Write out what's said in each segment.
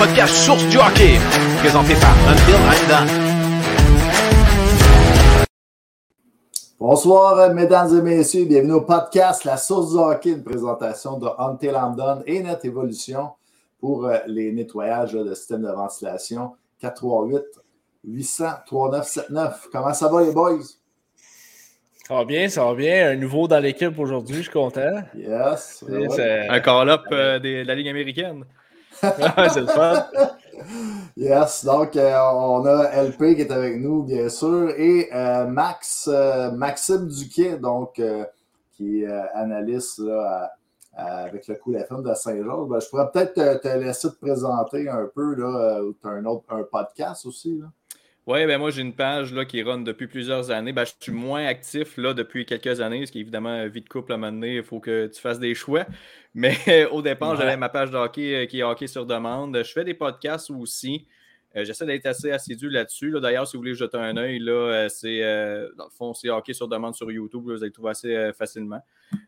podcast Source du hockey, présenté par Until I'm Done. Bonsoir, mesdames et messieurs, bienvenue au podcast La Source du hockey, une présentation de Until I'm Done et notre évolution pour les nettoyages de système de ventilation 438-800-3979. Comment ça va, les boys? Ça va bien, ça va bien. Un nouveau dans l'équipe aujourd'hui, je suis content. Yes. C'est un call-up de la Ligue américaine. C'est le fun. Yes, donc on a LP qui est avec nous, bien sûr, et Maxime Duquet, donc qui est analyste là, avec le Cool FM de Saint-Georges. Ben, je pourrais peut-être te laisser te présenter un peu. Tu as un podcast aussi. Là. Oui, ben moi j'ai une page là, qui run depuis plusieurs années. Ben, je suis moins actif là, depuis quelques années, parce qu'évidemment, vie de couple à un moment donné, il faut que tu fasses des choix. Mais au départ, j'avais ma page de hockey qui est Hockey sur demande. Je fais des podcasts aussi. J'essaie d'être assez assidu là-dessus. Là. D'ailleurs, si vous voulez jeter un œil, là, c'est dans le fond, c'est Hockey sur demande sur YouTube. Là, vous allez trouver assez facilement.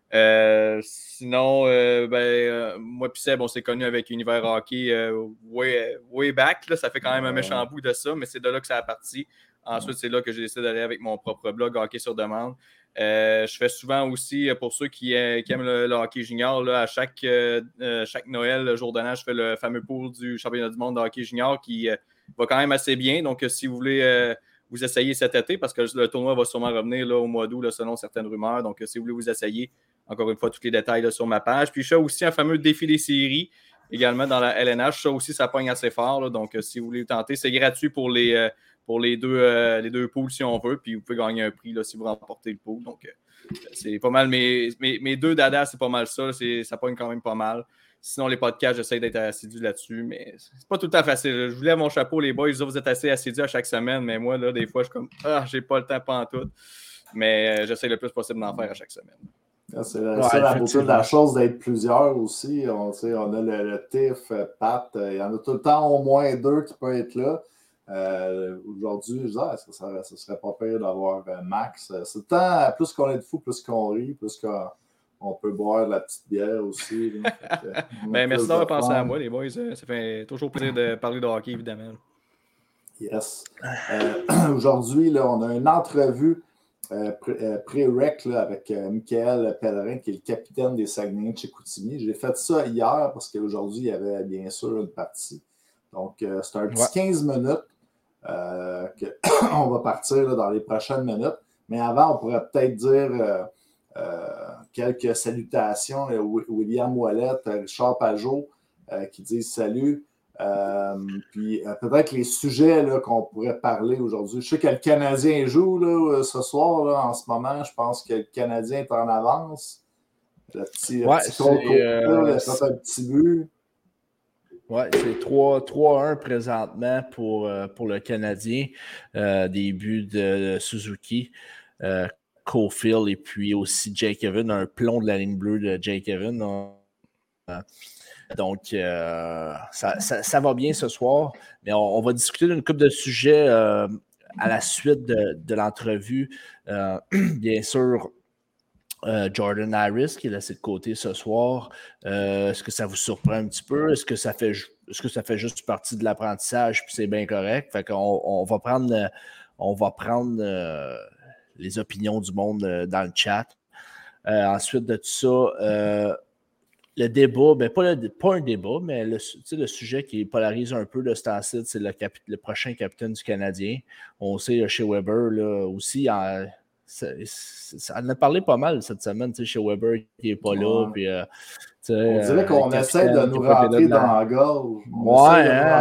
Sinon, moi et Seb, on s'est connus avec Univers Hockey way back. Là, ça fait quand même un méchant bout de ça, mais c'est de là que ça a parti. Ensuite, c'est là que j'ai décidé d'aller avec mon propre blog Hockey sur demande. Je fais souvent aussi, pour ceux qui aiment le hockey junior, là, à chaque Noël, le jour de l'an, je fais le fameux pool du championnat du monde de hockey junior qui va quand même assez bien. Donc, si vous voulez vous essayer cet été, parce que le tournoi va sûrement revenir là, au mois d'août, là, selon certaines rumeurs. Donc, si vous voulez vous essayer, encore une fois, tous les détails là, sur ma page. Puis, je fais aussi un fameux défi des séries, également dans la LNH. Ça aussi, ça pogne assez fort. Là, donc, si vous voulez tenter, c'est gratuit pour les deux pools, si on veut. Puis, vous pouvez gagner un prix là, si vous remportez le pool. Donc, c'est pas mal. Mes deux dadas, c'est pas mal ça. Ça pogne quand même pas mal. Sinon, les podcasts, j'essaie d'être assidu là-dessus, mais c'est pas tout le temps facile. Je vous lève mon chapeau, les boys. Vous êtes assez assidus à chaque semaine, mais moi, là, des fois, je suis comme j'ai pas le temps pantoute. Mais j'essaie le plus possible d'en faire à chaque semaine. C'est la beauté de la chose d'être plusieurs aussi. On a le TIF, Pat, il y en a tout le temps au moins deux qui peuvent être là. Aujourd'hui, je disais, ça serait pas pire d'avoir Max. C'est le temps, plus qu'on est de fous, plus qu'on rit, plus qu'on peut boire de la petite bière aussi. Merci d'avoir pensé à moi, les boys. Ça fait toujours plaisir de parler de hockey, évidemment. Yes. Aujourd'hui, là, on a une entrevue pré-rec avec Michael Pellerin, qui est le capitaine des Saguenayens de Chicoutimi. J'ai fait ça hier parce qu'aujourd'hui, il y avait bien sûr une partie. Donc, c'est un petit 15 minutes qu'on va partir là, dans les prochaines minutes. Mais avant, on pourrait peut-être dire quelques salutations. William Ouellet, Richard Pajot qui disent salut. Puis peut-être les sujets là, qu'on pourrait parler aujourd'hui. Je sais que le Canadien joue là, ce soir, là, en ce moment. Je pense que le Canadien est en avance. Le petit concours, il a fait un petit but. Oui, c'est 3-1 présentement pour le Canadien. Des buts de Suzuki, Caulfield et puis aussi Jake Evans, un plomb de la ligne bleue de Jake Evans. Donc, ça va bien ce soir, mais on va discuter d'une couple de sujets à la suite de l'entrevue. Bien sûr, Jordan Harris qui est laissé de côté ce soir. Est-ce que ça vous surprend un petit peu? Est-ce que ça fait juste partie de l'apprentissage puis c'est bien correct? Fait qu'on on va prendre les opinions du monde dans le chat. Ensuite de tout ça, le débat, pas un débat, mais le sujet qui polarise un peu de ce temps-ci, c'est le prochain capitaine du Canadien. On sait chez Weber là, aussi, ça en a parlé pas mal cette semaine, chez Weber qui n'est pas là. Puis, on dirait qu'on essaie de nous rentrer dans la gorge. On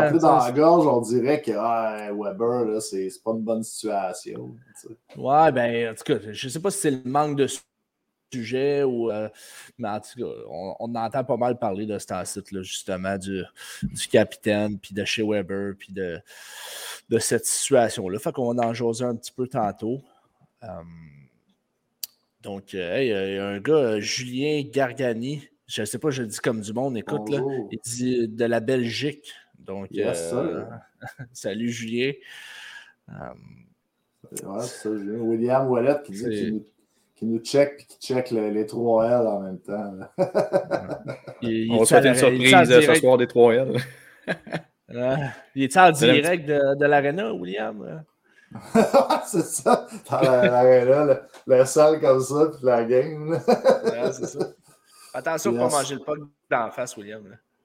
dirait que Weber, là, c'est pas une bonne situation. Ouais, en tout cas, je ne sais pas si c'est le manque de sujet ou mais en tout cas, on entend pas mal parler de ce temps-ci, justement, du capitaine, puis de chez Weber, puis de cette situation-là. Fait qu'on va en jaser un petit peu tantôt. Donc, il y a un gars, Julien Gargani, je ne sais pas, je le dis comme du monde, écoute, là, il dit de la Belgique. Donc, salut Julien. C'est ça, Julien. William Ouellet qui dit qui nous check et qui check les 3L en même temps. On souhaite une surprise ce soir des 3L. Il est en direct de l'aréna, William? C'est ça. Dans l'aréna, la salle comme ça, puis la game. Ouais, c'est ça. Attention pour pas manger le puck d'en face, William.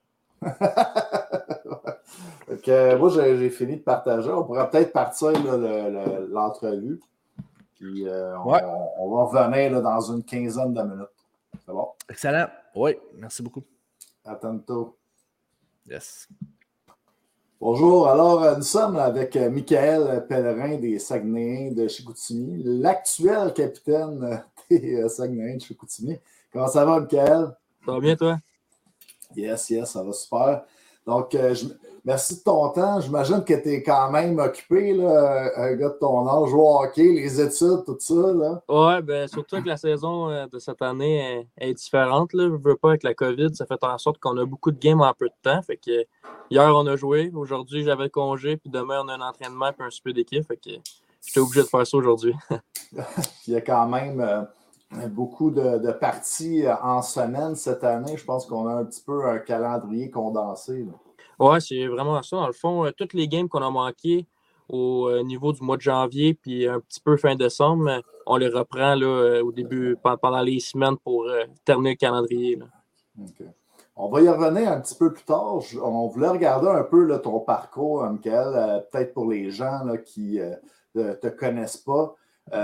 Moi, j'ai fini de partager. On pourrait peut-être partir l'entrevue. Puis on va revenir là, dans une quinzaine de minutes. C'est bon? Excellent. Oui, merci beaucoup. À tantôt. Yes. Bonjour. Alors, nous sommes avec Michael Pellerin des Saguenayens de Chicoutimi, l'actuel capitaine des Saguenayens de Chicoutimi. Comment ça va, Michael? Ça va bien, toi? Yes, ça va super. Donc, merci de ton temps. J'imagine que tu es quand même occupé, là, un gars de ton âge, jouer au hockey, les études, tout ça. Là. Ouais, ben surtout que la saison de cette année est différente. Là. Je veux pas avec la COVID, ça fait en sorte qu'on a beaucoup de games en peu de temps. Fait que hier, on a joué. Aujourd'hui, j'avais congé. Puis demain, on a un entraînement et un super d'équipe. Fait que j'étais obligé de faire ça aujourd'hui. Il y a quand même beaucoup de parties en semaine cette année. Je pense qu'on a un petit peu un calendrier condensé. Là. Ouais, c'est vraiment ça. Dans le fond, toutes les games qu'on a manquées au niveau du mois de janvier puis un petit peu fin décembre, on les reprend là, au début, pendant les semaines pour terminer le calendrier. Là. Okay. On va y revenir un petit peu plus tard. On voulait regarder un peu là, ton parcours, Michael, peut-être pour les gens là, qui ne te connaissent pas.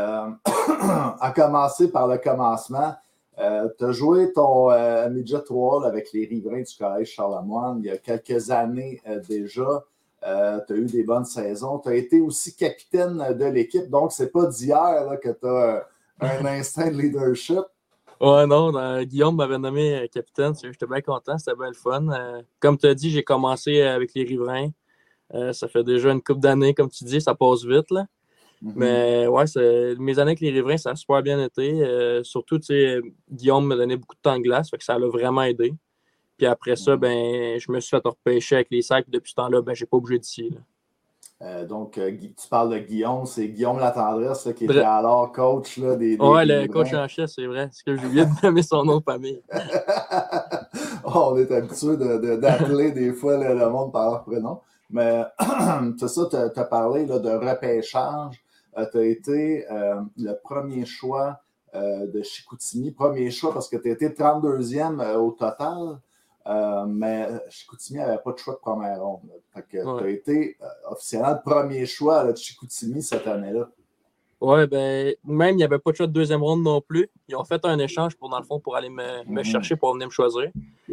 À commencer par le commencement, tu as joué ton midget 3 avec les Riverains du Collège Charlemagne il y a quelques années déjà. Tu as eu des bonnes saisons. Tu as été aussi capitaine de l'équipe, donc c'est pas d'hier là, que tu as un instinct de leadership. Ouais, non, Guillaume m'avait nommé capitaine. J'étais bien content, c'était bien le fun. Comme tu as dit, j'ai commencé avec les Riverains. Ça fait déjà une couple d'années, comme tu dis, ça passe vite. Là. Mm-hmm. Mais ouais, mes années avec les Riverains, ça a super bien été. Surtout, tu sais, Guillaume m'a donné beaucoup de temps de glace, fait que ça l'a vraiment aidé. Puis après ça, ben, je me suis fait repêcher avec les Sacs. Depuis ce temps-là, ben, j'ai pas bougé d'ici. Donc, tu parles de Guillaume, c'est Guillaume Latendresse là, qui était alors coach là, des ouais, le coach en chef, c'est vrai. C'est que j'ai oublié de nommer son nom de famille. On est habitué d'appeler des fois le monde par leur prénom. Mais c'est ça, tu as parlé là, de repêchage. Tu as été le premier choix de Chicoutimi. Premier choix parce que tu as été 32e au total. Mais Chicoutimi n'avait pas de choix de première ronde. Tu as été officiellement le premier choix là, de Chicoutimi cette année-là. Oui, ben même il n'y avait pas de choix de deuxième ronde non plus. Ils ont fait un échange dans le fond pour aller me chercher pour venir me choisir.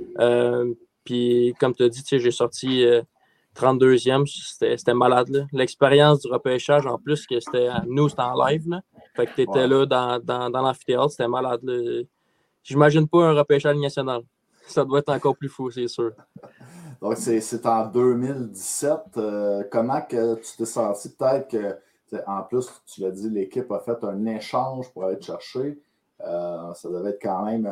Puis comme tu as dit, j'ai sorti 32e, c'était malade. Là. L'expérience du repêchage, en plus, que c'était en live. Là. Fait que tu étais là dans l'amphithéâtre, c'était malade. Là. J'imagine pas un repêchage national. Ça doit être encore plus fou, c'est sûr. Donc, c'est en 2017. Comment que tu t'es senti peut-être que, en plus, tu l'as dit, l'équipe a fait un échange pour aller te chercher. Ça devait être quand même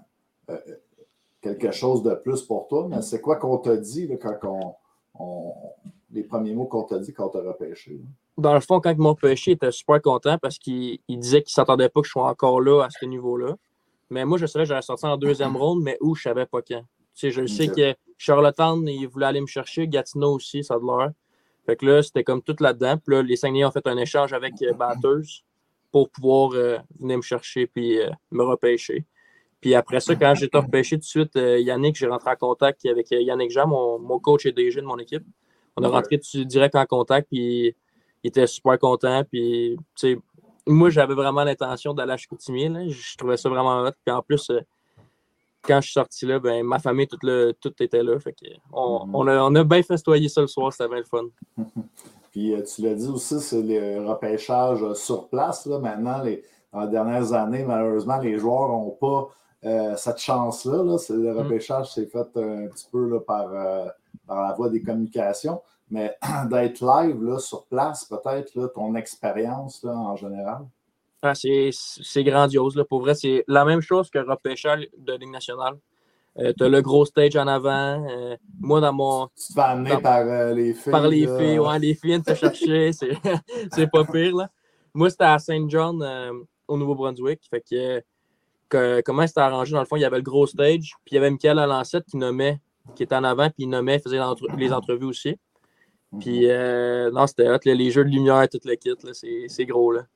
quelque chose de plus pour toi. Mais c'est quoi qu'on t'a dit là, quand les premiers mots qu'on t'a dit quand on t'a repêché? Là? Dans le fond, quand ils m'ont repêché, ils étaient super contents parce qu'ils disaient qu'ils ne s'attendaient pas que je sois encore là à ce niveau-là. Mais moi, je savais que j'allais sortir en deuxième ronde, mais où, je ne savais pas quand. Tu sais, je sais que Charlottetown, ils voulaient aller me chercher, Gatineau aussi, ça a de l'air. Fait que là, c'était comme tout là-dedans. Puis là, les Saguenayens ont fait un échange avec Batters pour pouvoir venir me chercher puis me repêcher. Puis après ça, quand j'ai été repêché tout de suite, Yannick, j'ai rentré en contact avec Yannick Jean, mon coach et DG de mon équipe. On a rentré direct en contact, puis il était super content. Puis, tu sais, moi, j'avais vraiment l'intention d'aller à Chicoutimi. Là. Je trouvais ça vraiment hot. Puis en plus, quand je suis sorti là, ben, ma famille, tout était là. Fait que on a bien festoyé ça le soir. C'était bien le fun. Puis tu l'as dit aussi, c'est le repêchage sur place. Là. Maintenant, dans les dernières années, malheureusement, les joueurs n'ont pas cette chance-là. Là. Le repêchage s'est fait un petit peu là, par la voie des communications. Mais d'être live là, sur place, peut-être, là, ton expérience là, en général? Ah, c'est grandiose. Là. Pour vrai, c'est la même chose que repêchage de Ligue nationale. Tu as le gros stage en avant. Moi, dans mon... Tu te fais amener par les filles. Par les filles, ouais, les filles viennent te chercher. C'est pas pire. Là. Moi, c'était à Saint John, au Nouveau-Brunswick. Fait que comment c'était arrangé? Dans le fond, il y avait le gros stage, puis il y avait Michael Alancette qui était en avant, puis il faisait les entrevues aussi. Puis, non, c'était hot, là, les jeux de lumière, tout le kit, là, c'est gros, là.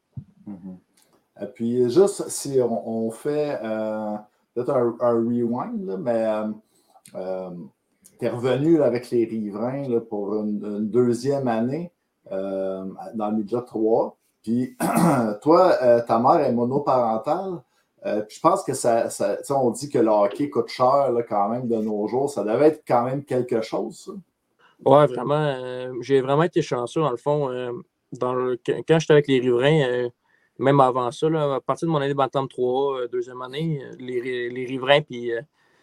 Et puis, juste si on fait peut-être un rewind, là, mais tu es revenu là, avec les Riverains là, pour une deuxième année dans le Midget 3. Puis, toi, ta mère est monoparentale. Puis je pense que on dit que le hockey coûte cher là, quand même de nos jours. Ça devait être quand même quelque chose, ça. Ouais, vraiment. J'ai vraiment été chanceux, dans le fond. Quand j'étais avec les Riverains, même avant ça, là, à partir de mon année de Bantam 3, deuxième année, les Riverains puis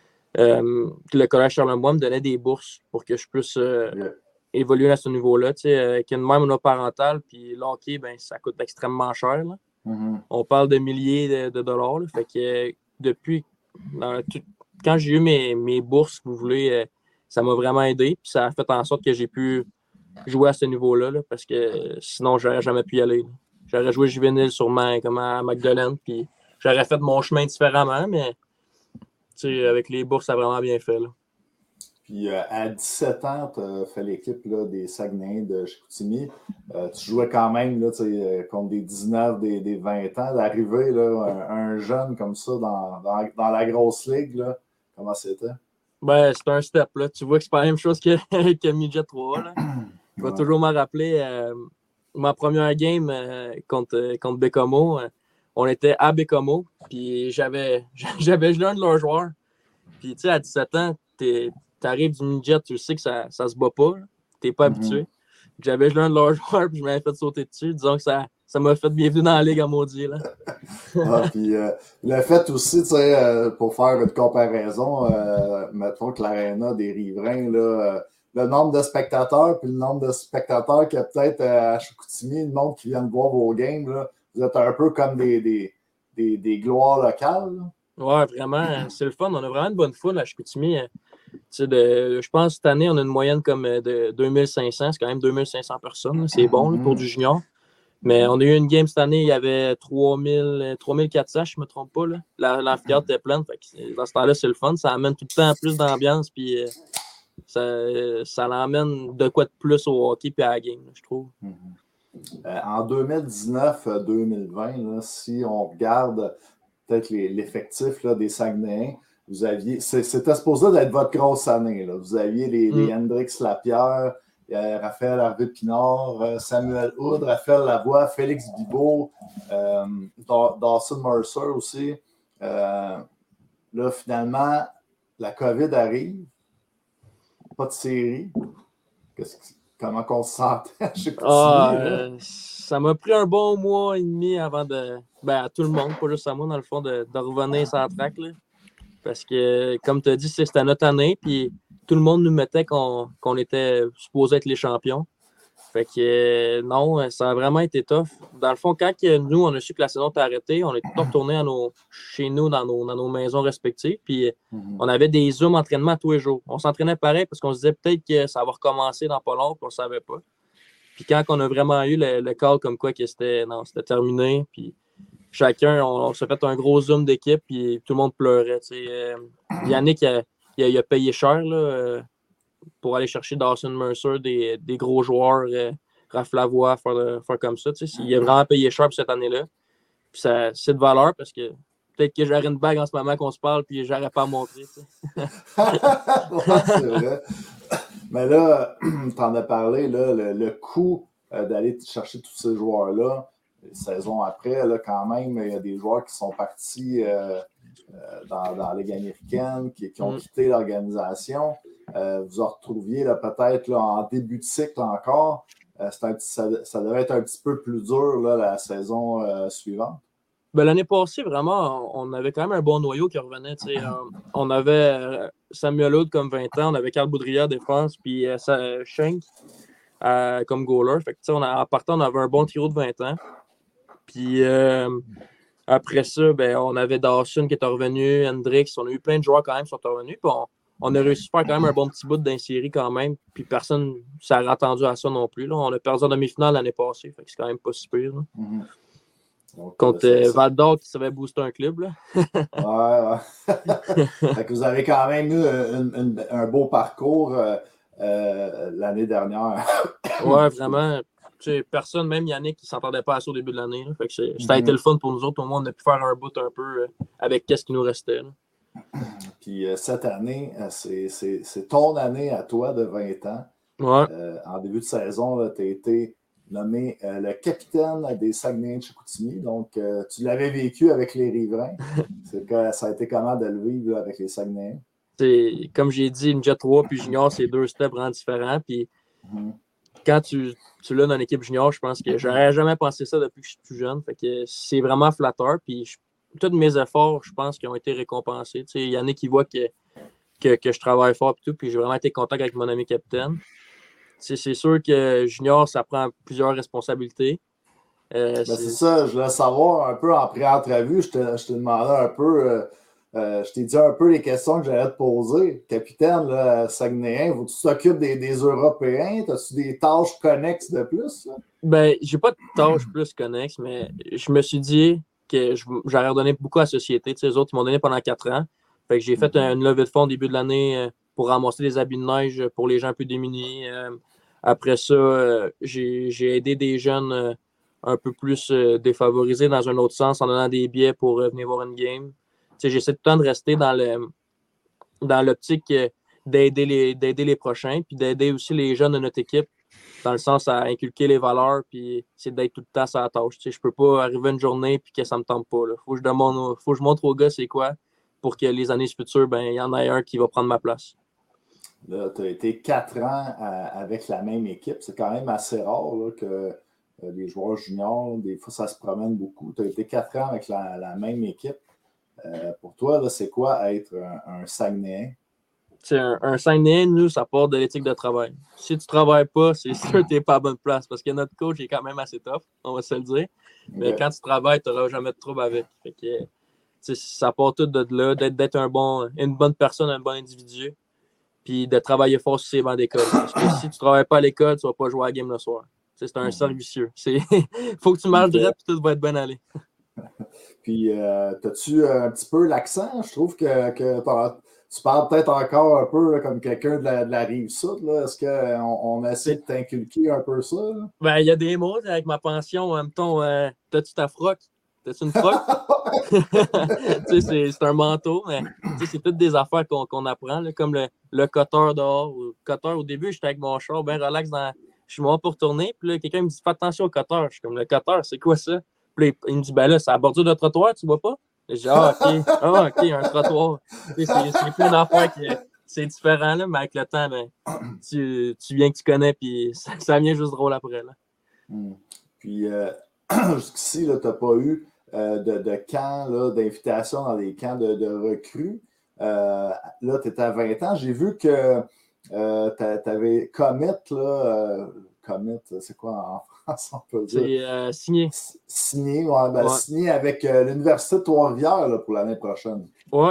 le Collège Charlebois me donnaient des bourses pour que je puisse évoluer à ce niveau-là. Avec une mère monoparentale, puis le hockey, ben, ça coûte extrêmement cher. Là. On parle de milliers de dollars. Là. Fait que depuis, quand j'ai eu mes bourses, vous voulez, ça m'a vraiment aidé. Puis ça a fait en sorte que j'ai pu jouer à ce niveau-là, là, parce que sinon, j'aurais jamais pu y aller. Là. J'aurais joué juvénile sûrement comme à Magdalene, puis j'aurais fait mon chemin différemment, mais avec les bourses, ça a vraiment bien fait. Là. Puis à 17 ans, tu as fait l'équipe là, des Saguenayens de Chicoutimi. Tu jouais quand même là, contre des 19, des 20 ans. D'arriver un jeune comme ça dans la grosse ligue, là, comment c'était? Ben, c'est un step. Là. Tu vois que c'est pas la même chose que Midget 3. Là. Je vais toujours me rappeler ma première game contre Bécomo. On était à Bécomo, puis j'avais gelé un de leurs joueurs. Puis, tu sais, à 17 ans, t'arrives du midget, tu sais que ça se bat pas. T'es pas habitué. J'avais gelé un de leurs joueurs, puis je m'avais fait sauter dessus. Disons que ça m'a fait bienvenue dans la ligue à maudit. Là. Puis le fait aussi, tu sais, pour faire une comparaison, mettons que l'aréna des Riverains, là, le nombre de spectateurs, puis le nombre de spectateurs qu'il y a peut-être à Chicoutimi, le nombre qui viennent voir vos games, là, vous êtes un peu comme des gloires locales. Là. Ouais, vraiment, c'est le fun. On a vraiment une bonne foule à Chicoutimi. Je pense que cette année, on a une moyenne comme de 2500. C'est quand même 2500 personnes. Là. C'est bon là, pour du junior. Mais on a eu une game cette année, il y avait 3400, je ne me trompe pas. L'amphithéâtre était plein. Fait que dans ce temps-là, c'est le fun. Ça amène tout le temps plus d'ambiance. Puis ça l'emmène de quoi de plus au hockey et à la game, je trouve. En 2019-2020, si on regarde peut-être l'effectif là, des Saguenayens, vous aviez. C'était supposé d'être votre grosse année. Là. Vous aviez les Hendrix Lapierre, Raphaël Harvey-Pinard, Samuel Hood, Raphaël Lavoie, Félix Bibeau, Dawson Mercer aussi. Là, finalement, la COVID arrive. Pas de série. Comment on se sentait? Ça m'a pris un bon mois et demi avant à tout le monde, pas juste à moi, dans le fond, de revenir sur la track. Là. Parce que, comme tu as dit, c'était notre année, puis tout le monde nous mettait qu'on était supposé être les champions. Fait que non, ça a vraiment été tough. Dans le fond, quand nous, on a su que la saison était arrêtée, on est tous retournés chez nous, dans nos maisons respectives, puis on avait des Zooms entraînement tous les jours. On s'entraînait pareil parce qu'on se disait peut-être que ça va recommencer dans pas long, puis on ne savait pas. Puis quand on a vraiment eu le call comme quoi que c'était terminé, puis chacun, on s'est fait un gros Zoom d'équipe, puis tout le monde pleurait. Yannick, il a payé cher là, pour aller chercher Dawson Mercer, des gros joueurs, Raph Lavoie, faire comme ça. Il a vraiment payé cher pour cette année-là. Puis c'est de valeur parce que peut-être que j'aurais une bague en ce moment qu'on se parle, puis j'aurais pas à montrer. Ouais, c'est vrai. Mais là, tu en as parlé, là, le coût d'aller chercher tous ces joueurs-là, saison après, là, quand même, il y a des joueurs qui sont partis dans la Ligue américaine, qui ont quitté l'organisation. Vous vous retrouviez là, peut-être là, en début de cycle encore. Ça devait être un petit peu plus dur là, la saison suivante. Ben, l'année passée, vraiment, on avait quand même un bon noyau qui revenait. On avait Samuel Hood comme 20 ans, on avait Carl Boudria à défense, puis Schenk comme goaler. Fait que, en partant, on avait un bon trio de 20 ans. Puis après ça, ben, on avait Dawson qui est revenu, Hendrix. On a eu plein de joueurs quand même qui sont revenus. Puis on a réussi à faire quand même un bon petit bout d'insérie quand même. Puis personne ne s'est attendu à ça non plus. Là. On a perdu en demi-finale l'année passée. Fait que c'est quand même pas super. Donc, contre Val d'Or qui savait booster un club. Là. Ouais. Fait que vous avez quand même eu un beau parcours l'année dernière Ouais, vraiment. Personne, même Yannick, qui ne s'entendait pas à ça au début de l'année. Là. Fait que ça a été le fun pour nous autres. Au moins, on a pu faire un bout un peu avec ce qui nous restait. Là. Puis cette année, c'est ton année à toi de 20 ans. Ouais. En début de saison, tu as été nommé le capitaine des Saguenay-Chicoutimi. Donc, tu l'avais vécu avec les Riverains. Ça a été comment de le vivre là, avec les Saguenayens? Comme j'ai dit, Ninja 3 puis Junior, c'est 2 steps vraiment différents. Puis quand tu l'as dans l'équipe Junior, je pense que j'aurais jamais pensé ça depuis que je suis plus jeune. Fait que c'est vraiment flatteur. Puis tous mes efforts, je pense, qu'ils ont été récompensés. Il y en a qui voient que je travaille fort et tout. Puis j'ai vraiment été content avec mon ami capitaine. C'est sûr que Junior, ça prend plusieurs responsabilités. C'est ça, je voulais savoir un peu en pré-entrevue. Je te demandais un peu, je t'ai dit un peu les questions que j'allais te poser. Capitaine, là, Saguenayen, faut que tu t'occupes des Européens? As-tu des tâches connexes de plus? Là? Ben, j'ai pas de tâches plus connexes, mais je me suis dit que j'aurais redonné beaucoup à la société. Les autres, ils m'ont donné pendant 4 ans. Fait que j'ai fait une levée de fonds au début de l'année pour ramasser des habits de neige pour les gens un peu démunis. Après ça, j'ai aidé des jeunes un peu plus défavorisés dans un autre sens en donnant des billets pour venir voir une game. J'essaie tout le temps de rester dans l'optique d'aider les prochains, puis d'aider aussi les jeunes de notre équipe, dans le sens à inculquer les valeurs, puis c'est d'être tout le temps sur la tâche. Je peux pas arriver une journée et que ça me tente pas. Faut que je montre aux gars c'est quoi pour que les années futures, il y en ait un qui va prendre ma place. Là, tu as été 4 ans avec la même équipe. C'est quand même assez rare là, que les joueurs juniors, des fois, ça se promène beaucoup. Tu as été 4 ans avec la même équipe. Pour toi, là, c'est quoi être un Saguenayen? Un Saguenayen, nous, ça part de l'éthique de travail. Si tu ne travailles pas, c'est sûr que tu n'es pas à bonne place parce que notre coach est quand même assez tough, on va se le dire. Mais quand tu travailles, tu n'auras jamais de trouble avec. Fait que, ça part tout de là, d'être une bonne personne, un bon individu, puis de travailler fort sur ses bancs d'école. Parce que si tu ne travailles pas à l'école, tu ne vas pas jouer à la game le soir. C'est un cercle vicieux. Faut que tu marches droit et tout va être bien allé. Puis, as-tu un petit peu l'accent? Je trouve que tu parles peut-être encore un peu là, comme quelqu'un de la Rive-Sud. Est-ce qu'on essaie de t'inculquer un peu ça? Il y a des mots avec ma pension. Mettons, t'as-tu ta froc? T'as-tu une froc? C'est un manteau, mais c'est toutes des affaires qu'on apprend, là, comme le cutter dehors. Cutter, au début, j'étais avec mon char bien relax. Je suis mort pour tourner. Puis là, quelqu'un me dit, fais attention au cutter. Je suis comme, le cutter, c'est quoi ça? Puis il me dit, là, c'est à la bordure de trottoir, tu vois pas? Et je dis, OK, un trottoir. C'est plein d'affaires qui c'est différent, là, mais avec le temps, tu viens que tu connais, puis ça vient juste drôle après. Là. Puis, jusqu'ici, tu n'as pas eu de camp, d'invitation dans des camps de recrues. Là, tu étais à 20 ans. J'ai vu que tu avais Commit, Commit, c'est quoi en France, on peut dire? C'est signé. Signé, ouais. Signé avec l'Université de Trois-Rivières pour l'année prochaine. Oui,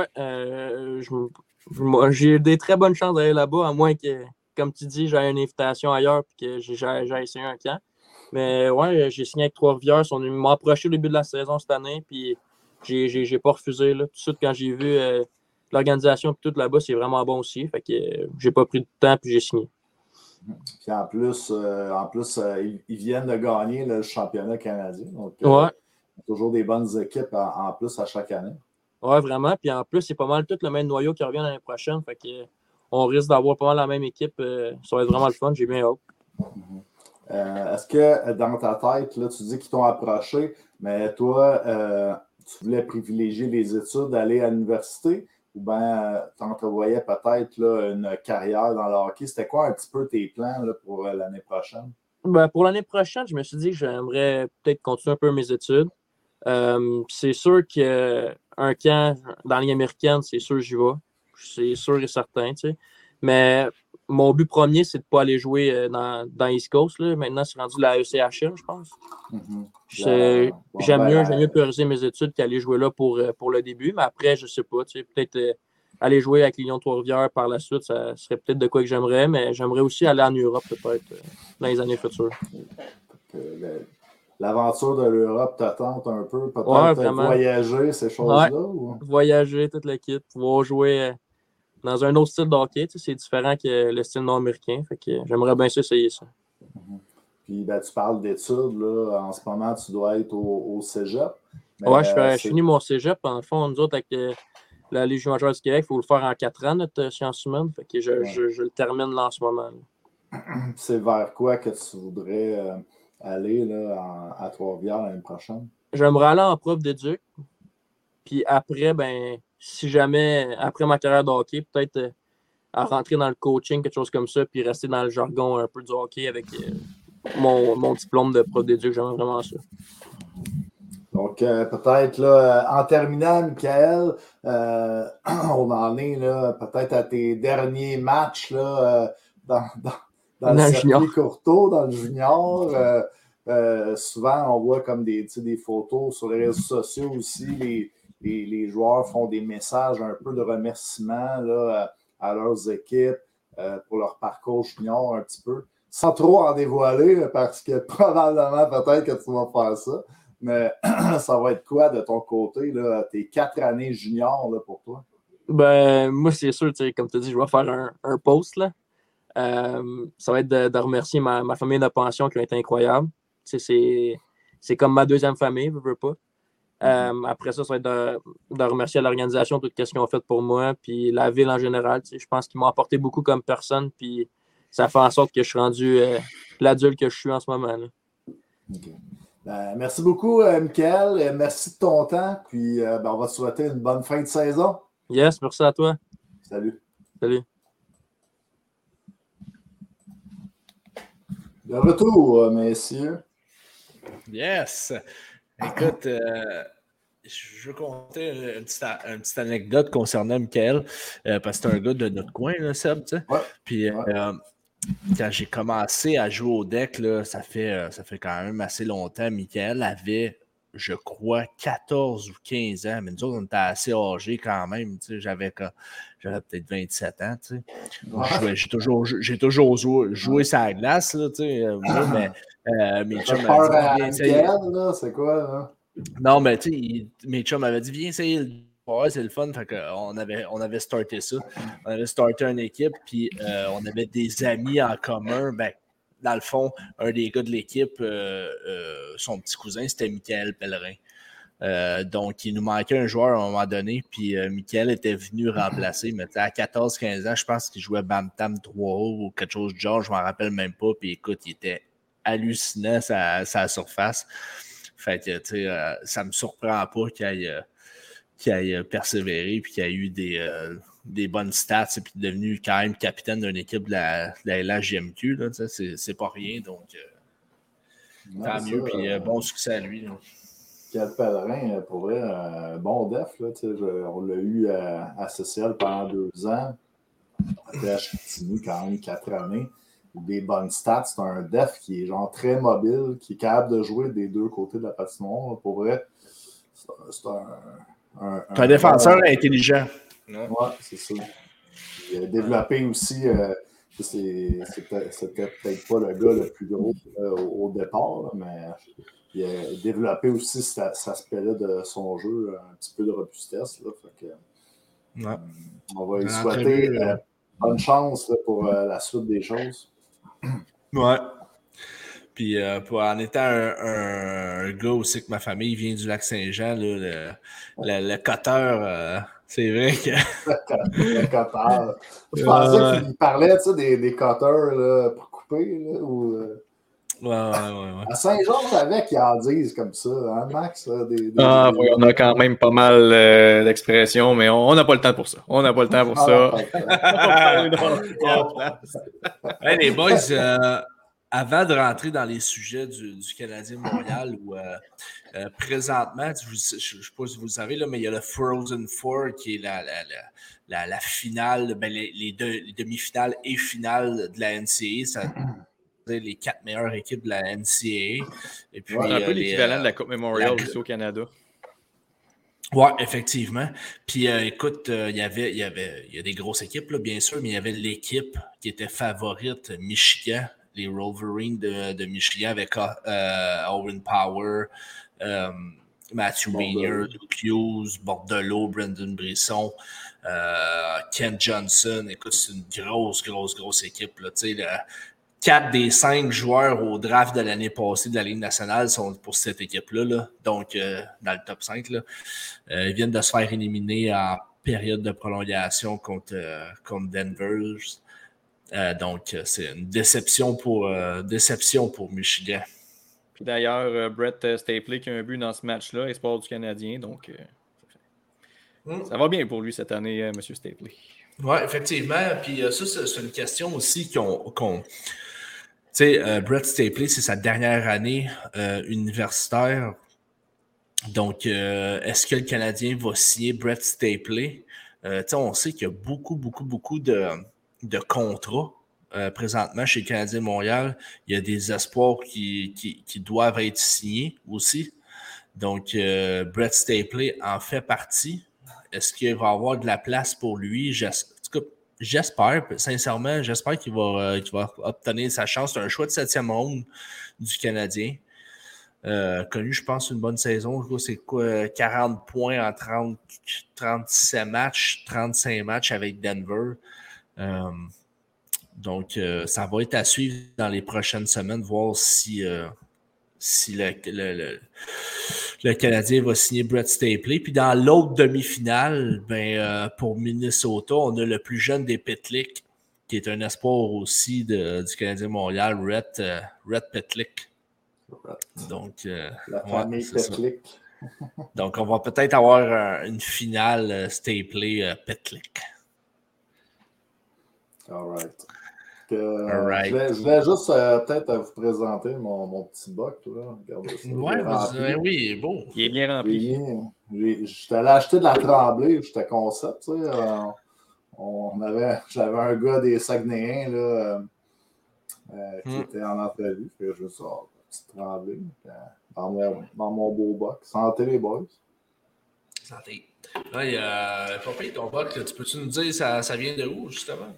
j'ai eu des très bonnes chances d'aller là-bas, à moins que, comme tu dis, j'ai une invitation ailleurs et que j'ai essayé un camp. Mais ouais, j'ai signé avec Trois-Rivières. Ils m'ont approché au début de la saison cette année, puis j'ai pas refusé. Là. Tout de suite, quand j'ai vu l'organisation et tout là-bas, c'est vraiment bon aussi. Fait que j'ai pas pris de temps, puis j'ai signé. Puis en plus ils viennent de gagner le championnat canadien. Donc, toujours des bonnes équipes en plus à chaque année. Oui, vraiment. Puis en plus, c'est pas mal tout le même noyau qui revient l'année prochaine. Fait que on risque d'avoir pas mal la même équipe. Ça va être vraiment le fun. J'ai bien hâte. Est-ce que dans ta tête, là, tu dis qu'ils t'ont approché, mais toi, tu voulais privilégier les études, aller à l'université? Ou bien tu entrevoyais peut-être là, une carrière dans le hockey. C'était quoi un petit peu tes plans là, pour l'année prochaine? Pour l'année prochaine, je me suis dit que j'aimerais peut-être continuer un peu mes études. C'est sûr qu'un camp dans la Ligue américaine, c'est sûr que j'y vais. C'est sûr et certain. Tu sais. Mais mon but premier, c'est de ne pas aller jouer dans East Coast. Là. Maintenant, c'est rendu la ECHL, je pense. J'aime mieux prioriser mes études qu'aller jouer là pour le début. Mais après, je ne sais pas. Tu sais, peut-être aller jouer avec les Lions de Trois-Rivières par la suite, ça serait peut-être de quoi que j'aimerais. Mais j'aimerais aussi aller en Europe peut-être dans les années futures. L'aventure de l'Europe te tente un peu? Peut-être voyager, ces choses-là? Ou? Voyager, toute la kit. Pouvoir jouer dans un autre style de hockey. Tu sais, c'est différent que le style nord-américain. Fait que j'aimerais bien essayer ça. Puis tu parles d'études, là. En ce moment, tu dois être au cégep. Ouais, je finis mon cégep. En fond, nous autres, avec la Légion majeure du Québec, il faut le faire en 4 ans, notre sciences humaines. Fait que je le termine là en ce moment. Là. C'est vers quoi que tu voudrais aller là, à Trois-Rivières l'année prochaine? J'aimerais aller en prof d'éduc. Puis après, si jamais, après ma carrière de hockey, peut-être à rentrer dans le coaching, quelque chose comme ça, puis rester dans le jargon un peu du hockey avec mon diplôme de prof d'éduc. J'aimerais vraiment ça. Donc, peut-être, là, en terminant, Michael, on en est, là, peut-être à tes derniers matchs, là, dans le circuit Courteau, dans le junior. Souvent, on voit comme des photos sur les réseaux sociaux aussi. Les joueurs font des messages un peu de remerciement là, à leurs équipes pour leur parcours junior un petit peu. Sans trop en dévoiler, parce que probablement, peut-être que tu vas faire ça. Mais ça va être quoi de ton côté, là, tes 4 années juniors là, pour toi? Moi, c'est sûr, comme tu as dit, je vais faire un post. Là. Ça va être de remercier ma famille de pension qui a été incroyable. C'est comme ma deuxième famille, je veux pas. Après ça va être de remercier l'organisation tout ce qu'ils ont fait pour moi, puis la ville en général. Je pense qu'ils m'ont apporté beaucoup comme personne, puis ça fait en sorte que je suis rendu l'adulte que je suis en ce moment. Là. Okay. Merci beaucoup, Michael. Merci de ton temps. Puis on va te souhaiter une bonne fin de saison. Yes, merci à toi. Salut. Salut. De retour, messieurs. Yes. Écoute, je veux compter une petite anecdote concernant Michael, parce que c'est un gars de notre coin, là, Seb, tu sais. Ouais. Puis quand j'ai commencé à jouer au deck, là, ça fait quand même assez longtemps. Michael avait, je crois, 14 ou 15 ans, mais nous autres, on était assez âgés quand même. Tu sais, j'avais peut-être 27 ans. Tu sais. Ouais. J'ai toujours joué sur la glace, là, tu sais, mais mes chums peur à Michael, là, c'est quoi, là? Non, mais tu sais, mes chums m'avaient dit, viens essayer le ouais, c'est le fun. Fait qu'on avait starté ça. On avait starté une équipe, puis on avait des amis en commun. Ben, dans le fond, un des gars de l'équipe, son petit cousin, c'était Michael Pellerin. Donc, il nous manquait un joueur à un moment donné, puis Michael était venu remplacer. Mais à 14-15 ans, je pense qu'il jouait Bantam 3A ou quelque chose de genre, je m'en rappelle même pas. Puis écoute, il était hallucinant sa surface. Fait que, tu sais, ça me surprend pas qu'il ait persévéré puis qu'il ait eu des bonnes stats et puis devenu quand même capitaine d'une équipe de la LHJMQ. Là, c'est pas rien, donc tant mieux. Puis bon succès à lui. Michael Pellerin, pour vrai, un bon def. Là, on l'a eu à CCL pendant 2 ans. À Chicoutimi, quand même 4 années. Des bonnes stats. C'est un def qui est genre très mobile, qui est capable de jouer des deux côtés de la patinoire. Là, pour vrai, c'est un défenseur intelligent. Oui, c'est ça. Il a développé aussi, c'était peut-être pas le gars le plus gros au départ, là, mais il a développé aussi cet aspect-là de son jeu, un petit peu de robustesse. Là, fait que, on va lui souhaiter bonne chance là, pour la suite des choses. Ouais. Puis en étant un gars aussi que ma famille vient du Lac-Saint-Jean, le coteur, c'est vrai que... le coteur. Je pensais qu'il parlait des coteurs là, pour couper. Là, ou, Ouais. À Saint-Jean, je savais qu'ils en disent comme ça, hein, Max? Oui, on a quand même pas mal d'expressions, mais on n'a pas le temps pour ça. On n'a pas le temps pour ça. Hey, les boys, avant de rentrer dans les sujets du Canadien Montréal, où présentement, je ne sais pas si vous le savez, là, mais il y a le Frozen Four qui est la finale, les demi-finales et finales de la NCAA. Les 4 meilleures équipes de la NCAA. Et puis, c'est un peu l'équivalent de la Coupe Memorial ici au Canada. Oui, effectivement. Puis écoute, il y a des grosses équipes, là, bien sûr, mais il y avait l'équipe qui était favorite, Michigan, les Wolverines de Michigan avec Owen Power, Matthew Weiner, Luke Hughes, Bordelot, Brendan Brisson, Ken Johnson. Écoute, c'est une grosse équipe. Là, 4 des 5 joueurs au draft de l'année passée de la Ligue nationale sont pour cette équipe-là. Là. Donc, dans le top 5, là. Ils viennent de se faire éliminer en période de prolongation contre Denver. Donc, c'est une déception pour Michigan. Puis d'ailleurs, Brett Stapley qui a un but dans ce match-là, espoir du Canadien. Donc, ça va bien pour lui cette année, M. Stapley. Oui, effectivement. Puis ça, c'est une question aussi qu'on tu sais, Brett Stapley, c'est sa dernière année universitaire. Donc, est-ce que le Canadien va signer Brett Stapley? On sait qu'il y a beaucoup de contrats présentement chez le Canadien de Montréal. Il y a des espoirs qui doivent être signés aussi. Donc, Brett Stapley en fait partie. Est-ce qu'il va avoir de la place pour lui? J'espère, sincèrement, qu'il va obtenir sa chance. C'est un choix de 7e ronde du Canadien. Connu, je pense, une bonne saison. C'est quoi, 40 points en 37 matchs, 35 matchs avec Denver. Donc, ça va être à suivre dans les prochaines semaines, voir si le Canadien va signer Brett Stapley. Puis dans l'autre demi-finale, pour Minnesota, on a le plus jeune des Pitlick, qui est un espoir aussi du Canadien Montréal, Rhett Pitlick. Donc, la famille Pitlick. Donc, on va peut-être avoir une finale Stapley-Pitlick. All right. Je vais juste peut-être vous présenter mon petit boc. Regardez ça. Oui, il est beau. Il est bien rempli. J'étais allé acheter de la Tremblay, j'étais concept. J'avais un gars des Saguenayens là, qui était en entrevue. Je me suis dit, petite Tremblay dans mon beau boc. Santé les boys. Santé. Papa, ton boc, tu peux-tu nous dire ça vient de où, justement?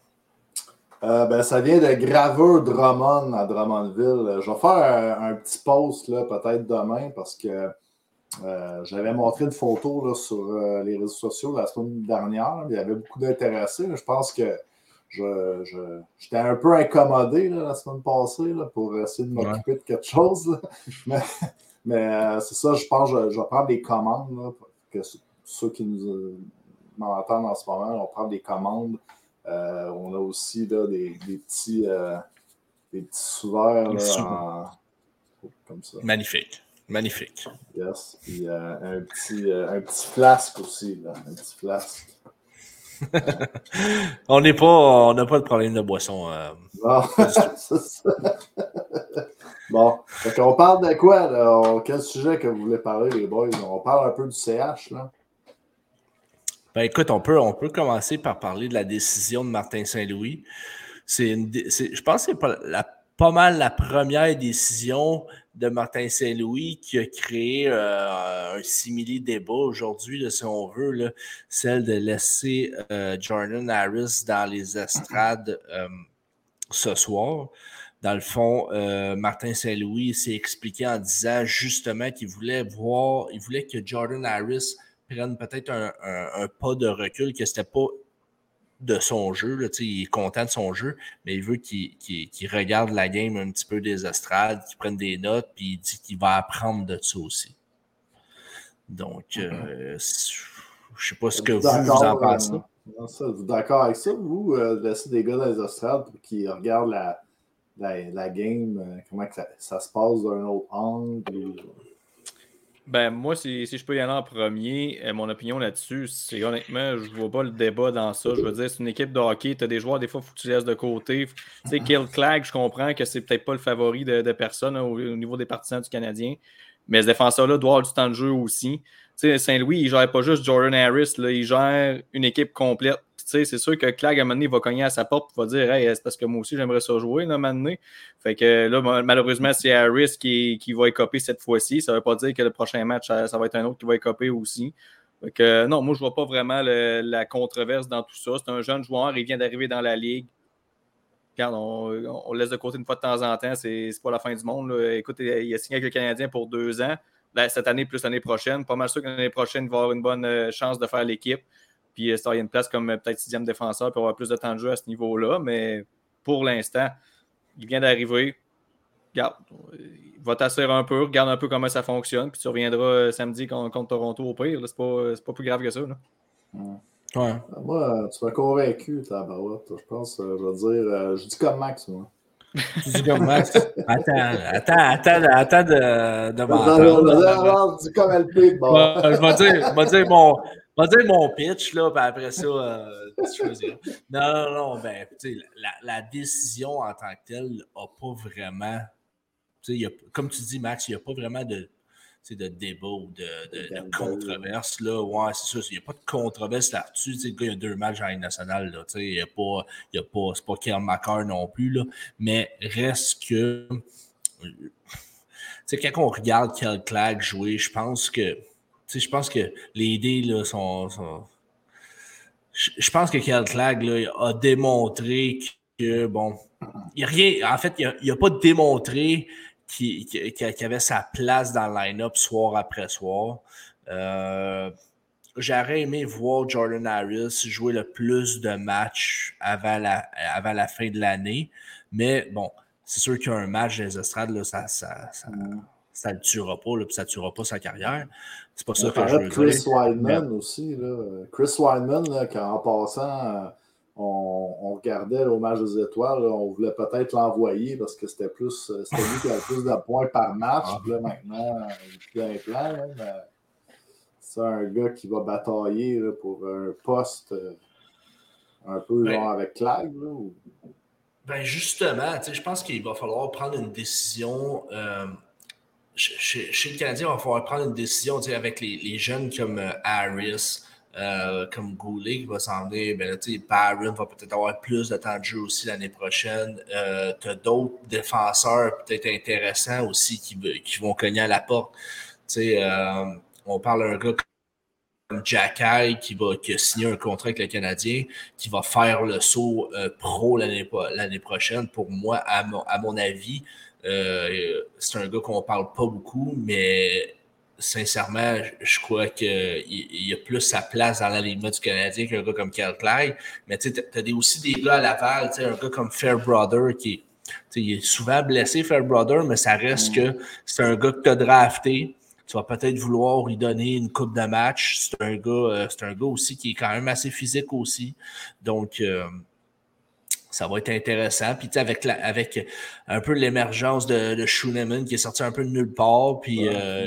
Ça vient de Graveur Drummond à Drummondville. Je vais faire un petit post là, peut-être demain parce que j'avais montré une photo là, sur les réseaux sociaux la semaine dernière. Il y avait beaucoup d'intéressés. Je pense que j'étais un peu incommodé là, la semaine passée là, pour essayer de m'occuper de quelque chose. Mais c'est ça, je pense que je vais prendre des commandes. Là, que ceux qui m'entendent en ce moment, on va prendre des commandes. On a aussi là, des petits sous-verts comme ça. Magnifique. Yes. Puis un petit flasque aussi. Là. Un petit flasque. On n'a pas de problème de boisson. Non, c'est ça. Bon, on parle de quoi? Là? Quel sujet que vous voulez parler, les boys? On parle un peu du CH, là. Écoute, on peut commencer par parler de la décision de Martin Saint-Louis. Je pense que c'est pas mal la première décision de Martin Saint-Louis qui a créé un simili-débat aujourd'hui, là, si on veut, là, celle de laisser Jordan Harris dans les estrades ce soir. Dans le fond, Martin Saint-Louis s'est expliqué en disant justement qu'il voulait que Jordan Harris prenne peut-être un pas de recul, que c'était pas de son jeu. Là, il est content de son jeu, mais il veut qu'il regarde la game un petit peu des estrades, qu'il prenne des notes, puis il dit qu'il va apprendre de ça aussi. Donc, je sais pas ce que vous en pensez. Vous êtes d'accord avec ça, vous, laisser des gars dans les estrades pour qu'ils regardent la game, comment que ça se passe d'un autre angle? Moi, si je peux y aller en premier, mon opinion là-dessus, c'est honnêtement, je vois pas le débat dans ça. Je veux dire, c'est une équipe de hockey, tu as des joueurs, des fois, il faut que tu laisses de côté. Tu sais, Kyle Clague, je comprends que c'est peut-être pas le favori de personne au niveau des partisans du Canadien, mais ce défenseur-là doit avoir du temps de jeu aussi. Tu sais, Saint-Louis, il gère pas juste Jordan Harris, là, il gère une équipe complète. C'est sûr que Clague, à un moment donné, il va cogner à sa porte et va dire « Hey, c'est parce que moi aussi, j'aimerais ça jouer, là, à un moment donné. » Fait que là, malheureusement, c'est Harris qui va écoper cette fois-ci. Ça ne veut pas dire que le prochain match, ça va être un autre qui va écoper aussi. Fait que non, moi, je ne vois pas vraiment la controverse dans tout ça. C'est un jeune joueur, il vient d'arriver dans la ligue. Regarde, on laisse de côté une fois de temps en temps, c'est pas la fin du monde. Là. Écoute, il a signé avec le Canadien pour 2 ans. Là, cette année plus l'année prochaine. Pas mal sûr que l'année prochaine, il va avoir une bonne chance de faire l'équipe. Puis il y a une place comme peut-être 6e défenseur pour avoir plus de temps de jeu à ce niveau-là. Mais pour l'instant, il vient d'arriver. Regarde, il va t'asseoir un peu, regarde un peu comment ça fonctionne, puis tu reviendras samedi contre Toronto au pire. Là, c'est pas plus grave que ça. Là. Ouais. Moi, tu m'as convaincu, tabarouette. Je pense, je vais dire, je dis comme Max, moi. Tu dis comme Max. Attends de m'entendre. Je dis comme LP, bon. Je vais dire mon pitch, là, puis après ça, tu choisiras. Non, ben, tu sais, la décision en tant que telle n'a pas vraiment, tu sais, comme tu dis, Max, il n'y a pas vraiment de débat ou de controverse, là. Ouais, c'est ça, il n'y a pas de controverse là-dessus. Tu sais, le gars, il y a 2 matchs en Ligue nationale, là. Tu sais, il n'y a pas, c'est pas Kyle McCarr non plus, là. Mais reste que, tu sais, quand on regarde Kyle Clague jouer, je pense que les dés, là, sont... Je pense que Kyle Clague, là, a démontré que, bon, il n'y a rien... En fait, il n'a pas démontré qui avait sa place dans le line-up soir après soir. J'aurais aimé voir Jordan Harris jouer le plus de matchs avant la fin de l'année. Mais bon, c'est sûr qu'un match des estrades, là, ça ne le tuera pas, là, puis ça ne tuera pas sa carrière. C'est pas ça que je veux dire. Chris Weidman aussi. Là. Chris Weidman, là, en passant, on regardait là, au match des étoiles, là, on voulait peut-être l'envoyer parce que c'était lui qui avait plus de points par match. Puis là, maintenant, il est plus dans les plans. Là, mais c'est un gars qui va batailler là, pour un poste un peu genre avec Clague. Là, ou... Ben justement, je pense qu'il va falloir prendre une décision. Chez le Canadien, il va falloir prendre une décision avec les jeunes comme Harris, comme Goulet qui va s'en venir. Ben, Barron va peut-être avoir plus de temps de jeu aussi l'année prochaine. Tu as d'autres défenseurs peut-être intéressants aussi qui vont cogner à la porte. On parle d'un gars comme Jacky qui a signé un contrat avec le Canadien, qui va faire le saut pro l'année prochaine. Pour moi, à mon avis, c'est un gars qu'on parle pas beaucoup, mais sincèrement, je crois qu'il a plus sa place dans l'alignement du Canadien qu'un gars comme Kyle Clague. Mais tu as aussi des gars à Laval, un gars comme Fairbrother qui il est souvent blessé, Fairbrother, mais ça reste que c'est un gars que tu as drafté. Tu vas peut-être vouloir lui donner une coupe de match. C'est un gars aussi qui est quand même assez physique aussi. Donc, ça va être intéressant. Puis, avec un peu l'émergence de Schooneman qui est sorti un peu de nulle part. Puis,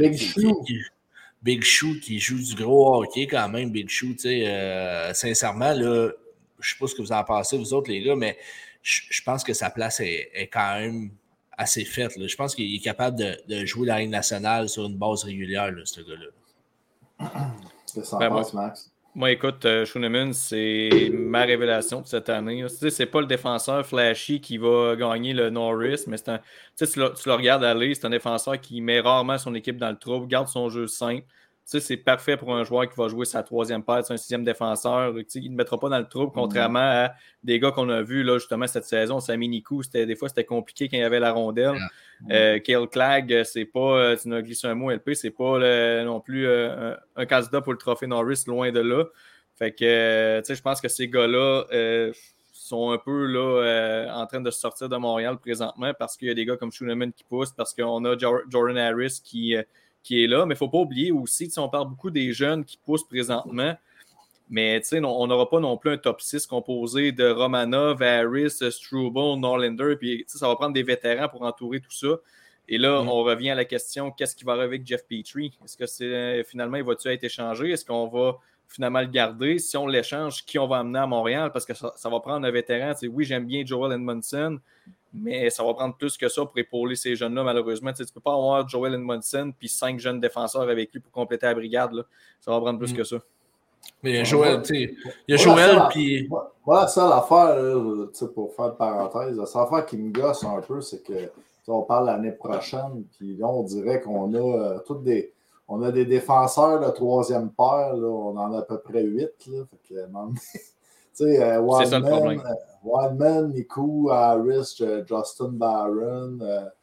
Big Shoe qui joue du gros hockey quand même. Big Shoe, sincèrement, là, je sais pas ce que vous en pensez, vous autres, les gars, mais je pense que sa place est quand même assez faite. Là. Je pense qu'il est capable de jouer la Ligue nationale sur une base régulière, là, ce gars-là. Qu'est-ce que t'en penses, Max? Moi, écoute, Schooneman, c'est ma révélation de cette année. C'est pas le défenseur flashy qui va gagner le Norris, mais tu le regardes aller, c'est un défenseur qui met rarement son équipe dans le trouble, garde son jeu simple. C'est parfait pour un joueur qui va jouer sa 3e paire, un 6e défenseur. Il ne mettra pas dans le trouble, contrairement à des gars qu'on a vus là, justement cette saison. Sami Nikou, des fois, c'était compliqué quand il y avait la rondelle. Kyle Clague, c'est pas, tu nous as glissé un mot, LP, c'est pas non plus un candidat pour le trophée Norris, loin de là. Fait que, je pense que ces gars-là sont un peu là, en train de se sortir de Montréal présentement parce qu'il y a des gars comme Schooneman qui poussent, parce qu'on a Jordan Harris qui est là. Mais il ne faut pas oublier aussi, on parle beaucoup des jeunes qui poussent présentement, mais on n'aura pas non plus un top 6 composé de Romanov, Harris, Struble, Norlander, puis ça va prendre des vétérans pour entourer tout ça. Et là, on revient à la question, qu'est-ce qui va arriver avec Jeff Petrie? Est-ce que finalement, il va-tu être échangé? Est-ce qu'on va finalement le garder? Si on l'échange, qui on va amener à Montréal? Parce que ça va prendre un vétéran. Oui, j'aime bien Joel Edmondson, mais ça va prendre plus que ça pour épauler ces jeunes-là, malheureusement. Tu ne peux pas avoir Joel Edmondson puis 5 jeunes défenseurs avec lui pour compléter la brigade. Là. Ça va prendre plus que ça. Mais il y a Joel, il y a Joel, puis... Voilà, ça l'affaire, pour faire une parenthèse, la seule affaire qui me gosse un peu, c'est que on parle l'année prochaine, puis là, on dirait qu'on a on a des défenseurs de 3e paire, là, on en a à peu près 8. Là, fait que, c'est ça le problème. Wildman, Nikou, Harris, Justin Barron,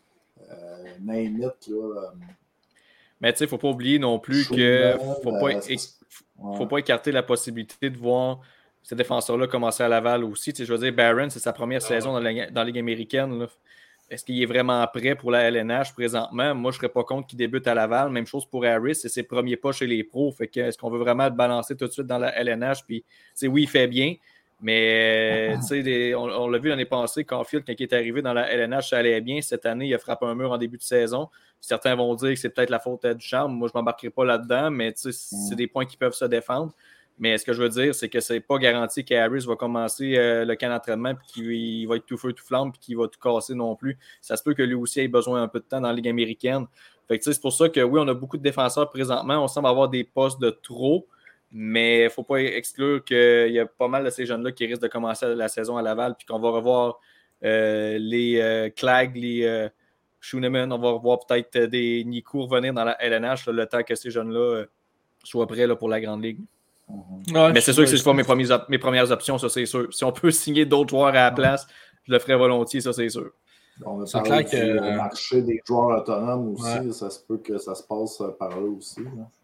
name it. Là, mais il ne faut pas oublier non plus qu'il ne faut pas écarter la possibilité de voir ces défenseurs-là commençaient à Laval aussi. Tu sais, je veux dire, Barron, c'est sa première saison dans la Ligue américaine. Là. Est-ce qu'il est vraiment prêt pour la LNH présentement? Moi, je ne serais pas contre qu'il débute à Laval. Même chose pour Harris, c'est ses premiers pas chez les pros. Fait que, est-ce qu'on veut vraiment le balancer tout de suite dans la LNH? Puis, oui, il fait bien, mais on l'a vu l'année passée, Caulfield, quand il est arrivé dans la LNH, ça allait bien. Cette année, il a frappé un mur en début de saison. Certains vont dire que c'est peut-être la faute du charme. Moi, je ne m'embarquerai pas là-dedans, mais c'est des points qui peuvent se défendre. Mais ce que je veux dire, c'est que c'est pas garanti qu'Harris va commencer le camp d'entraînement et qu'il va être tout feu, tout flamme et qu'il va tout casser non plus. Ça se peut que lui aussi ait besoin un peu de temps dans la Ligue américaine. Fait que c'est pour ça que oui, on a beaucoup de défenseurs présentement. On semble avoir des postes de trop, mais il ne faut pas exclure qu'il y a pas mal de ces jeunes-là qui risquent de commencer la saison à Laval puis qu'on va revoir les Clag, les Schooneman, on va revoir peut-être des Nico revenir dans la LNH le temps que ces jeunes-là soient prêts là, pour la Grande Ligue. Ouais, mais c'est sûr que c'est pas mes premières options, ça c'est sûr. Si on peut signer d'autres joueurs à la place, je le ferais volontiers, ça c'est sûr. On a parlé du marché des joueurs autonomes aussi, ça se peut que ça se passe par là aussi.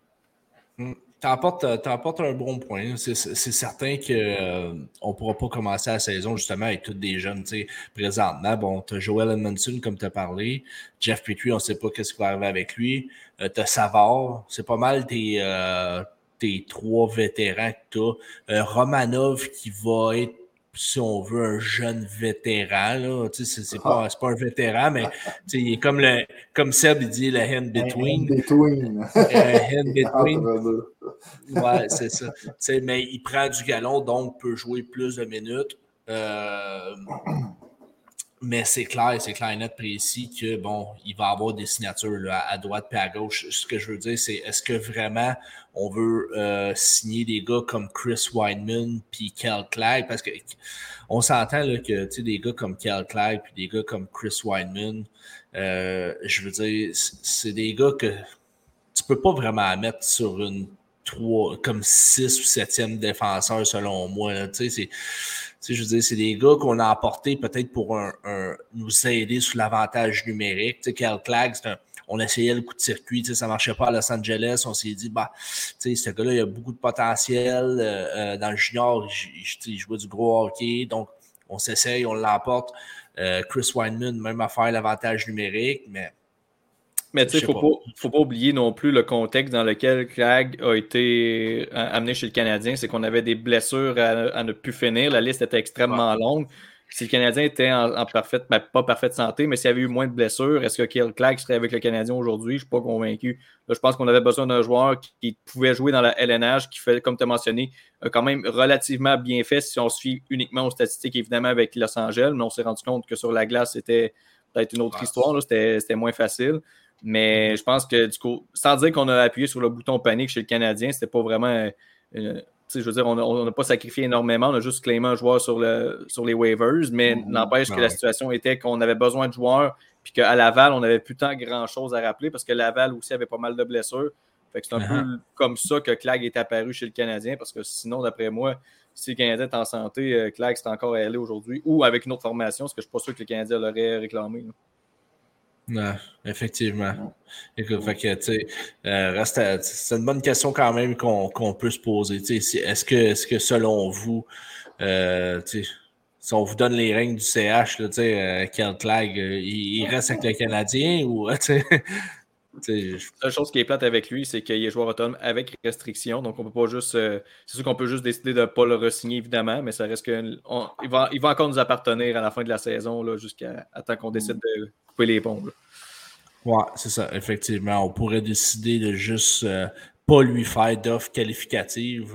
T'apportes un bon point. C'est certain qu'on ne pourra pas commencer la saison justement avec tous des jeunes. Présentement, bon, tu as Joel Edmondson, comme tu as parlé. Jeff Petrie, on ne sait pas ce qui va arriver avec lui. Tu as Savard. C'est pas mal tes 3 vétérans que tu as. Romanov qui va être, si on veut, un jeune vétéran. Là. C'est pas un vétéran, mais il est comme Seb il dit, le hand-between. Hand-between. Ouais, c'est ça. Mais il prend du galon, donc peut jouer plus de minutes. Mais c'est clair et net précis que bon, il va y avoir des signatures là, à droite et à gauche. Ce que je veux dire, c'est est-ce que vraiment on veut signer des gars comme Chris Wideman puis Cal Clegg? Parce que on s'entend là, que des gars comme Cal Clegg puis des gars comme Chris Wideman, je veux dire, c'est des gars que tu peux pas vraiment mettre sur une 3, comme 6 ou 7e défenseur selon moi. Là. Je veux dire, c'est des gars qu'on a apportés peut-être pour nous aider sur l'avantage numérique. Cal Clegg, on essayait le coup de circuit, ça ne marchait pas à Los Angeles. On s'est dit, ce gars-là, il a beaucoup de potentiel. Dans le junior, il jouait du gros hockey. Donc, on s'essaye, on l'emporte. Chris Wideman, même affaire, l'avantage numérique, mais tu sais, il ne faut pas oublier non plus le contexte dans lequel Clegg a été amené chez le Canadien. C'est qu'on avait des blessures à ne plus finir. La liste était extrêmement longue. Si le Canadien était en parfaite, pas parfaite santé, mais s'il y avait eu moins de blessures, est-ce que Clegg serait avec le Canadien aujourd'hui? Je ne suis pas convaincu. Là, je pense qu'on avait besoin d'un joueur qui pouvait jouer dans la LNH, qui fait, comme tu as mentionné, quand même relativement bien fait si on se fie uniquement aux statistiques, évidemment, avec Los Angeles. Mais on s'est rendu compte que sur la glace, c'était peut-être une autre histoire. Là. C'était moins facile. Mais je pense que, du coup, sans dire qu'on a appuyé sur le bouton panique chez le Canadien, c'était pas vraiment. Je veux dire, on n'a pas sacrifié énormément, on a juste claimé un joueur sur les waivers, mais n'empêche que la situation était qu'on avait besoin de joueurs, puis qu'à Laval, on n'avait plus tant grand-chose à rappeler parce que Laval aussi avait pas mal de blessures. Fait que c'est un peu comme ça que Clegg est apparu chez le Canadien parce que sinon, d'après moi, si le Canadien est en santé, Clegg c'est encore à aller aujourd'hui ou avec une autre formation, parce que je ne suis pas sûr que le Canadien l'aurait réclamé. Là. Non, effectivement. Écoute, fait que, c'est une bonne question quand même qu'on peut se poser. Est-ce que selon vous, si on vous donne les règles du CH, Cal Clegg, il reste avec le Canadien ou la seule chose qui est plate avec lui, c'est qu'il est joueur autonome avec restriction. Donc, on peut pas juste. C'est sûr qu'on peut juste décider de ne pas le re-signer, évidemment, mais ça reste que. Il va encore nous appartenir à la fin de la saison, là, jusqu'à temps qu'on décide de couper les ponts. Là. Ouais, c'est ça, effectivement. On pourrait décider de juste pas lui faire d'offre qualificative.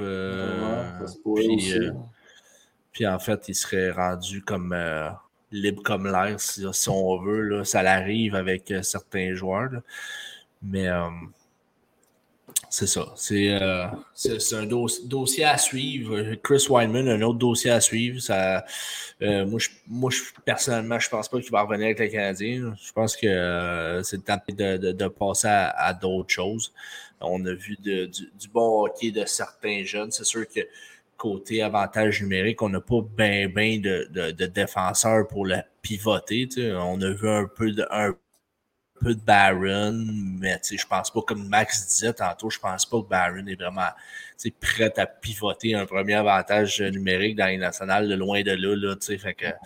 Puis en fait, il serait rendu comme libre comme l'air, si on veut. Là. Ça l'arrive avec certains joueurs. Là. Mais c'est ça. C'est un dossier à suivre. Chris Wideman, un autre dossier à suivre. Ça, moi, personnellement, je pense pas qu'il va revenir avec les Canadiens. Je pense que c'est le temps de passer à d'autres choses. On a vu du bon hockey de certains jeunes. C'est sûr que côté avantage numérique, on n'a pas bien de défenseurs pour le pivoter. On a vu un peu peu de Barron, mais je pense pas, comme Max disait tantôt, je pense pas que Barron est vraiment prêt à pivoter un premier avantage numérique dans les nationales, de loin de là, fait que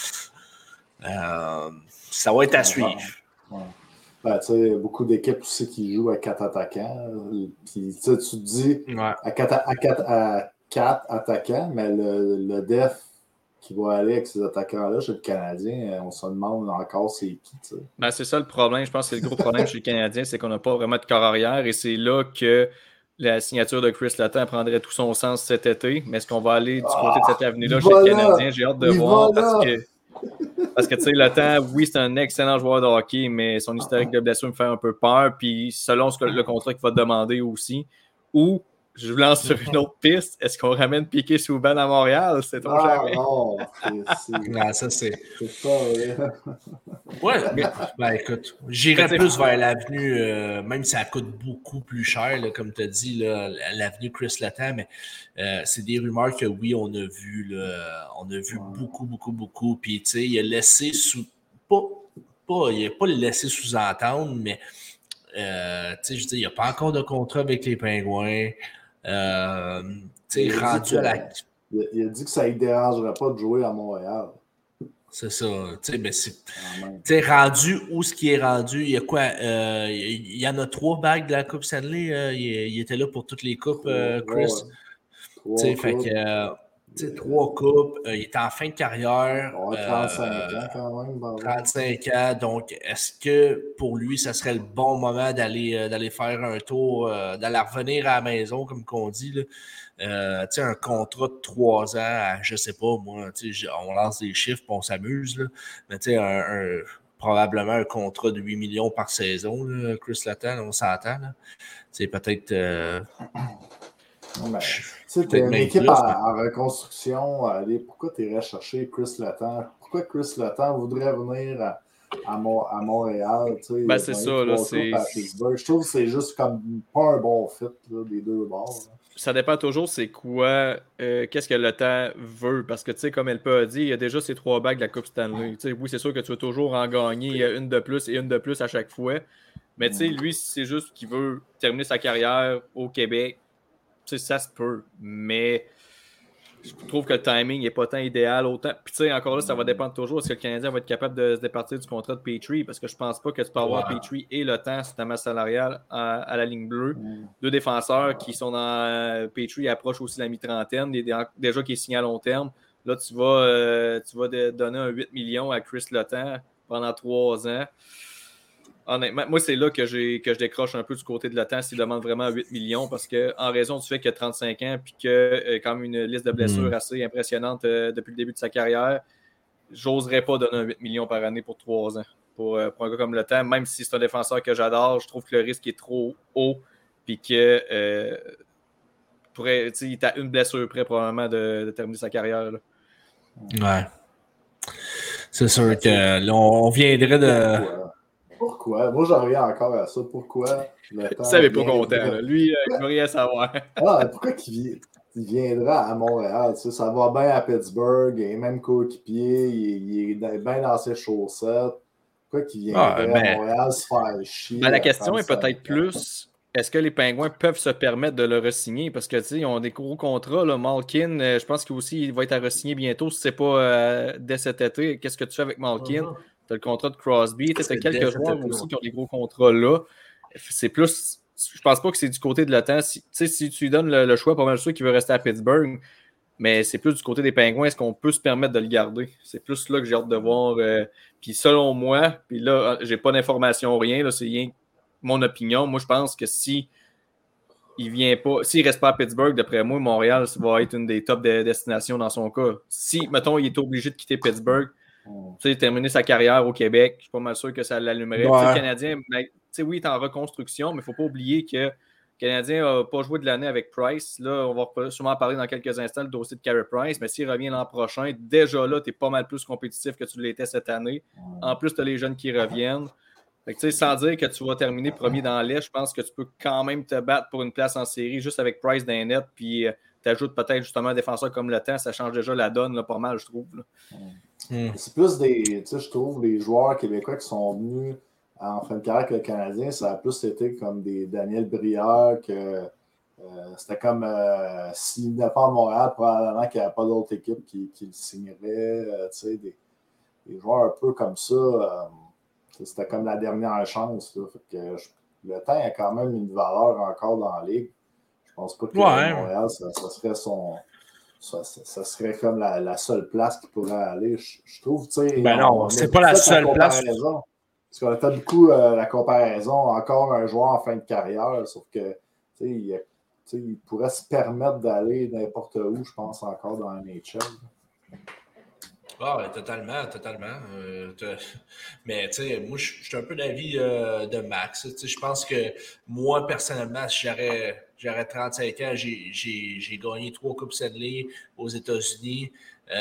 ça va être à suivre. Ouais. Ben, beaucoup d'équipes aussi qui jouent à 4 attaquants. Puis, tu te dis à 4 attaquants, mais le def qui va aller avec ces attaquants-là chez le Canadien, on se demande encore c'est qui. Ben, c'est ça le problème. Je pense que c'est le gros problème chez le Canadien, c'est qu'on n'a pas vraiment de corps arrière et c'est là que la signature de Chris Letang prendrait tout son sens cet été. Mais est-ce qu'on va aller du côté de cette avenue-là chez le Canadien? J'ai hâte de voir parce que tu sais, Letang, oui, c'est un excellent joueur de hockey, mais son historique de blessure me fait un peu peur. Puis selon le contrat qu'il va demander aussi, ou je vous lance sur une autre piste. Est-ce qu'on ramène Piqué Souban à Montréal? C'est ton jamais. Non, non, ça c'est. C'est pas vrai. Ouais, ben écoute, j'irais plus vers l'avenue, même si ça coûte beaucoup plus cher, là, comme tu as dit, là, l'avenue Chris Letang, mais c'est des rumeurs que oui, on a vu beaucoup. Puis tu sais, il a laissé il n'a pas laissé sous-entendre, mais tu sais, je dis, il n'y a pas encore de contrat avec les Pingouins. Il a dit que ça ne dérangerait pas de jouer à Montréal. C'est ça. Rendu où ce qui est rendu, il y a quoi? Il y en a 3 bagues de la Coupe Stanley. Il était là pour toutes les coupes, Chris. Fait que 3 coupes. Il était en fin de carrière. 35 ans quand même. 35 ans. Donc, est-ce que pour lui, ça serait le bon moment d'aller faire un tour, d'aller revenir à la maison, comme qu'on dit, là? Un contrat de 3 ans, je sais pas, moi, on lance des chiffres et on s'amuse, là, mais probablement un contrat de 8 millions par saison, là, Chris Letang, on s'entend. C'est peut-être... t'es une équipe en reconstruction, pourquoi tu irais chercher Chris Letang? Pourquoi Chris Letang voudrait venir à Montréal? Ben, c'est ça, là, je trouve que c'est juste comme pas un bon fit là, des deux bords. Là. Ça dépend toujours c'est quoi, qu'est-ce que Letang veut. Parce que, tu sais, comme elle peut dire, il y a déjà ces 3 bagues de la Coupe Stanley. Oui, c'est sûr que tu vas toujours en gagner une de plus et une de plus à chaque fois. Mais, tu sais, lui, c'est juste qu'il veut terminer sa carrière au Québec. Tu sais, ça se peut. Mais je trouve que le timing n'est pas tant idéal. Autant. Puis, tu sais, encore là, ça va dépendre toujours. Est-ce que le Canadien va être capable de se départir du contrat de Petrie? Parce que je pense pas que tu peux avoir Petrie et Letang sur ta masse salariale à la ligne bleue. 2 défenseurs qui sont dans Petrie approche aussi la mi-trentaine, déjà qui est signé à long terme. Là, tu vas donner un 8 millions à Chris Letang pendant 3 ans. Honnêtement, moi, c'est là que je décroche un peu du côté de Letang s'il demande vraiment 8 millions parce qu'en raison du fait qu'il a 35 ans et qu'il a quand même une liste de blessures assez impressionnante depuis le début de sa carrière, j'oserais pas donner un 8 millions par année pour 3 ans. Pour un gars comme Letang, même si c'est un défenseur que j'adore, je trouve que le risque est trop haut et que il est à une blessure près probablement de terminer sa carrière. Là. Ouais. C'est sûr que là, on viendrait de... Pourquoi? Moi, j'en reviens encore à ça. Pourquoi Letang... Ça n'est pas content. Lui, il ne veut rien savoir. Pourquoi il viendra à Montréal? Ça va bien à Pittsburgh, il est même coéquipier, il est bien dans ses chaussettes. Pourquoi qu'il viendrait à Montréal se faire chier? La question est peut-être plus... Est-ce que les Pingouins peuvent se permettre de le re-signer? Parce que, tu sais, ils ont des gros contrats. Là. Malkin, je pense qu'il va être à re-signer bientôt, si ce n'est pas dès cet été. Qu'est-ce que tu fais avec Malkin? Tu as le contrat de Crosby. Tu as quelques joueurs aussi qui ont des gros contrats là. C'est plus... Je pense pas que c'est du côté de Letang. Si tu lui donnes le choix, pas mal sûr qu'il veut rester à Pittsburgh. Mais c'est plus du côté des Pingouins. Est-ce qu'on peut se permettre de le garder? C'est plus là que j'ai hâte de voir. Puis selon moi, puis là, j'ai pas d'informations, rien. Là, c'est rien mon opinion. Moi, je pense que s'il reste pas à Pittsburgh, d'après moi, Montréal va être une des top destinations dans son cas. Si, mettons, il est obligé de quitter Pittsburgh, terminer sa carrière au Québec, je suis pas mal sûr que ça l'allumerait. Le Canadien, oui, il est en reconstruction, mais il ne faut pas oublier que le Canadien n'a pas joué de l'année avec Price. Là, on va sûrement parler dans quelques instants du dossier de Carey Price, mais s'il revient l'an prochain, déjà là, tu es pas mal plus compétitif que tu l'étais cette année. En plus, tu as les jeunes qui reviennent. Fait que, sans dire que tu vas terminer premier dans l'Est, je pense que tu peux quand même te battre pour une place en série juste avec Price d'un net, puis tu ajoutes peut-être justement un défenseur comme Letang, ça change déjà la donne là, pas mal, je trouve. C'est plus je trouve, les joueurs québécois qui sont venus en fin de carrière avec le Canadien, ça a plus été comme des Daniel Brière que c'était comme s'il n'est pas à Montréal, probablement qu'il n'y avait pas d'autre équipe qui le signerait. Des joueurs un peu comme ça, c'était comme la dernière chance. Là. Fait que le temps a quand même une valeur encore dans la ligue. Je pense pas que Montréal, ça serait ça serait comme la seule place qui pourrait aller. Je trouve, tu sais. Ben non, c'est pas la seule place. Parce qu'on a fait beaucoup la comparaison. Encore un joueur en fin de carrière, sauf que, tu sais, il pourrait se permettre d'aller n'importe où, je pense, encore dans la NHL. Ah, ouais, totalement. Mais, tu sais, moi, je suis un peu d'avis de Max. Tu sais, je pense que moi, personnellement, si j'aurais 35 ans, j'ai gagné 3 Coupes Stanley aux États-Unis.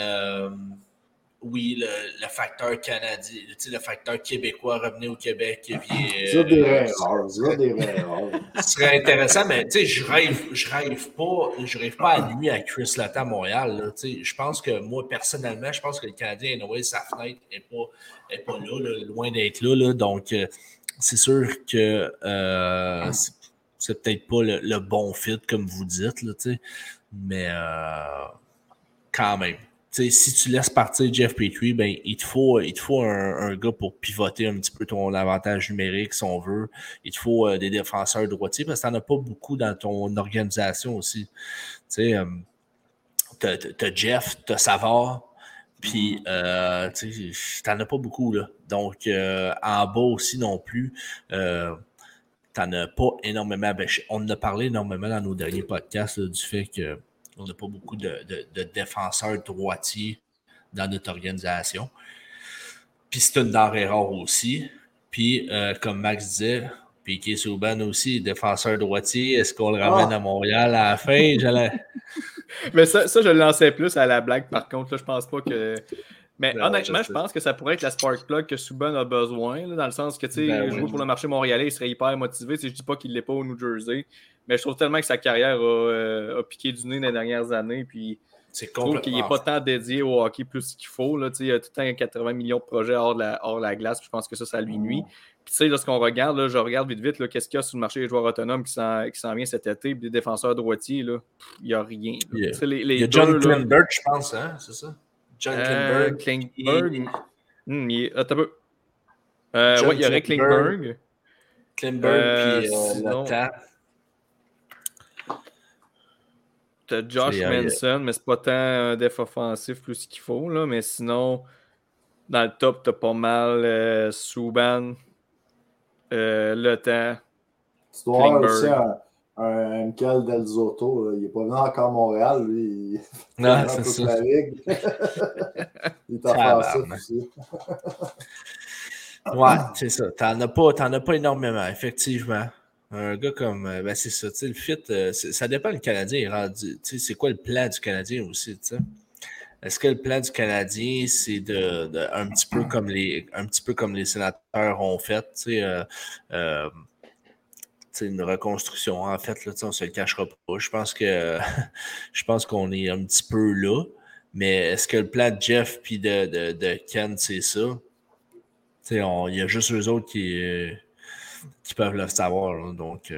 Oui, le facteur canadien, tu sais, le facteur québécois, revenir au Québec, C'est des erreurs. Ce serait intéressant, mais tu sais, je rêve pas à nuit à Chris Letang à Montréal. Là, tu sais, je pense que moi, personnellement, je pense que le Canadien, anyway, sa fenêtre n'est pas là, loin d'être là. Donc, c'est sûr que c'est peut-être pas le bon fit, comme vous dites, là, tu sais, mais quand même. T'sais, si tu laisses partir Jeff Petrie, ben, il te faut un gars pour pivoter un petit peu ton avantage numérique, si on veut. Il te faut des défenseurs droitiers parce que tu n'en as pas beaucoup dans ton organisation aussi. Tu as Jeff, tu as Savard, puis tu n'en as pas beaucoup. Là. Donc, en bas aussi non plus, tu n'en as pas énormément. Ben, on en a parlé énormément dans nos derniers podcasts là, du fait que on n'a pas beaucoup de défenseurs droitiers dans notre organisation. Puis c'est une denrée rare aussi. Puis, comme Max disait, Piquet Souban aussi, défenseur droitier, est-ce qu'on le ramène à Montréal à la fin? Mais ça, je le lançais plus à la blague, par contre. Là, je pense pas que... Mais honnêtement, je pense que ça pourrait être la spark plug que Subban a besoin, là, dans le sens que, tu sais, jouer pour le marché montréalais, il serait hyper motivé. Je dis pas qu'il l'est pas au New Jersey, mais je trouve tellement que sa carrière a piqué du nez dans les dernières années, puis je trouve qu'il n'est pas tant dédié au hockey plus qu'il faut. Là, il y a tout le temps 80 millions de projets hors la glace, puis je pense que ça lui nuit. Puis tu sais, lorsqu'on regarde, là, je regarde vite, là, qu'est-ce qu'il y a sur le marché des joueurs autonomes qui s'en vient cet été, puis des défenseurs droitiers, il n'y a rien. Il y a John Klingberg, je pense, hein, c'est ça? John Klingberg. Attends un peu. Oui, il y aurait Klingberg. Klingberg, puis Letang. T'as Josh Manson, mais c'est pas tant un def offensif plus qu'il faut. Là, mais sinon, dans le top, t'as pas mal Subban, Letang, tu dois avoir aussi un Michael Del Zotto. Là. Il n'est pas venu encore à Montréal, lui. Non, c'est ça. La ligue. Il est offensif aussi. Ouais, c'est ça. T'en as pas énormément, effectivement. Un gars comme... Ben c'est ça, tu sais, le fit, ça dépend, le Canadien est rendu... Tu sais, c'est quoi le plan du Canadien aussi, tu sais? Est-ce que le plan du Canadien, c'est un petit peu comme les sénateurs ont fait, tu sais, une reconstruction, en fait, là, on ne se le cachera pas. Je pense qu'on est un petit peu là, mais est-ce que le plan de Jeff et de Ken, c'est ça? Il y a juste eux autres qui peuvent le savoir. Là, donc,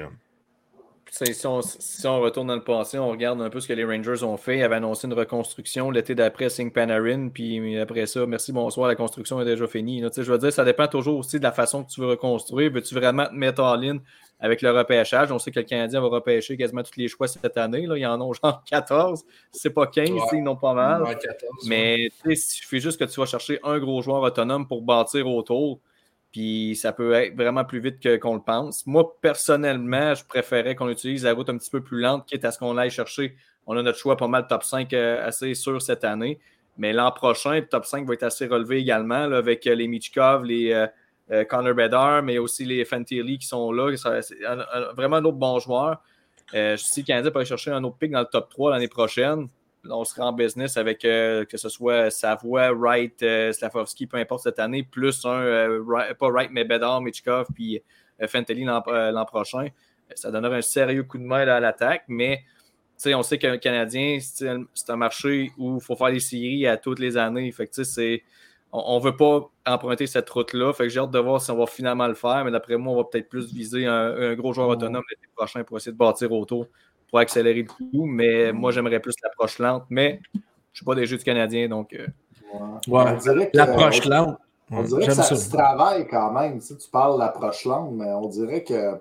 si on retourne dans le passé, on regarde un peu ce que les Rangers ont fait. Ils avaient annoncé une reconstruction l'été d'après, signe Panarin, puis après ça, merci, bonsoir, la construction est déjà finie. Là, je veux dire, ça dépend toujours aussi de la façon que tu veux reconstruire. Veux-tu vraiment te mettre en ligne avec le repêchage? On sait que le Canadien va repêcher quasiment tous les choix cette année. Là. Ils en ont genre 14. C'est pas 15, ils n'ont pas mal. 14, mais il suffit juste que tu vas chercher un gros joueur autonome pour bâtir autour. Puis ça peut être vraiment plus vite qu'on le pense. Moi, personnellement, je préférais qu'on utilise la route un petit peu plus lente, quitte à ce qu'on aille chercher. On a notre choix pas mal top 5 assez sûr cette année. Mais l'an prochain, le top 5 va être assez relevé également là, avec les Michkov, les Connor Bedard, mais aussi les Fantilli qui sont là. C'est vraiment un autre bon joueur. Si le Canadien peut aller chercher un autre pick dans le top 3 l'année prochaine, on sera en business avec que ce soit Savoie, Wright, Slavkovski, peu importe cette année, plus pas Wright, mais Bedard, Michkov, puis Fantilli l'an prochain. Ça donnerait un sérieux coup de main à l'attaque, mais on sait qu'un Canadien, c'est un marché où il faut faire des séries à toutes les années. Fait que, on ne veut pas emprunter cette route-là. Fait que j'ai hâte de voir si on va finalement le faire. Mais d'après moi, on va peut-être plus viser un gros joueur autonome l'été prochain pour essayer de bâtir autour pour accélérer le coup. Mais moi, j'aimerais plus l'approche lente. Mais je ne suis pas des Jeux du Canadien, donc... On dirait que, l'approche lente. On dirait que ça se travaille quand même. Tu parles de l'approche lente, mais on dirait que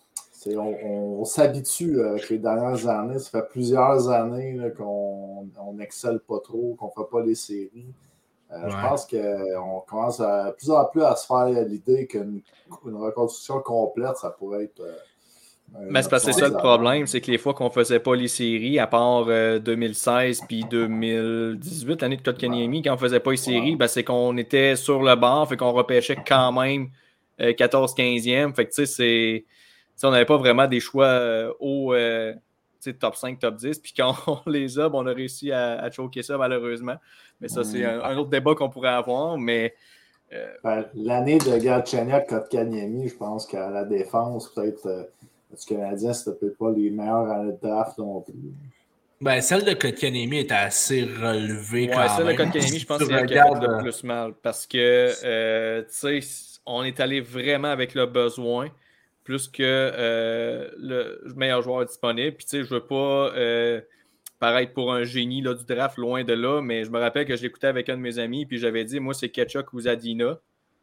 on s'habitue avec les dernières années. Ça fait plusieurs années là, qu'on n'excelle pas trop, qu'on ne fait pas les séries. Je pense qu'on commence de plus en plus à se faire l'idée qu'une reconstruction complète, ça pourrait être... Mais c'est parce que c'est ça le problème, c'est que les fois qu'on ne faisait pas les séries, à part 2016 puis 2018, l'année de Kotkaniemi, quand on ne faisait pas les séries, ben, c'est qu'on était sur le banc, fait qu'on repêchait quand même 14-15e. Fait que tu sais, on n'avait pas vraiment des choix au top 5, top 10. Puis quand on les a, on a réussi à choquer ça malheureusement. Mais ça, c'est un autre débat qu'on pourrait avoir. Mais l'année de Galchenyuk, Kotkaniemi, je pense qu'à la défense, peut-être du Canadien, c'était peut-être pas les meilleures années de draft non plus. Ben, celle de Kotkaniemi était assez relevée quand même. Celle de Kotkaniemi, je pense que c'est elle qui a fait le plus mal. Parce que, tu sais, on est allé vraiment avec le besoin plus que le meilleur joueur disponible. Puis, tu sais, je veux pas paraître pour un génie là, du draft, loin de là, mais je me rappelle que je l'écoutais avec un de mes amis, puis j'avais dit, moi, c'est Tkachuk ou Zadina.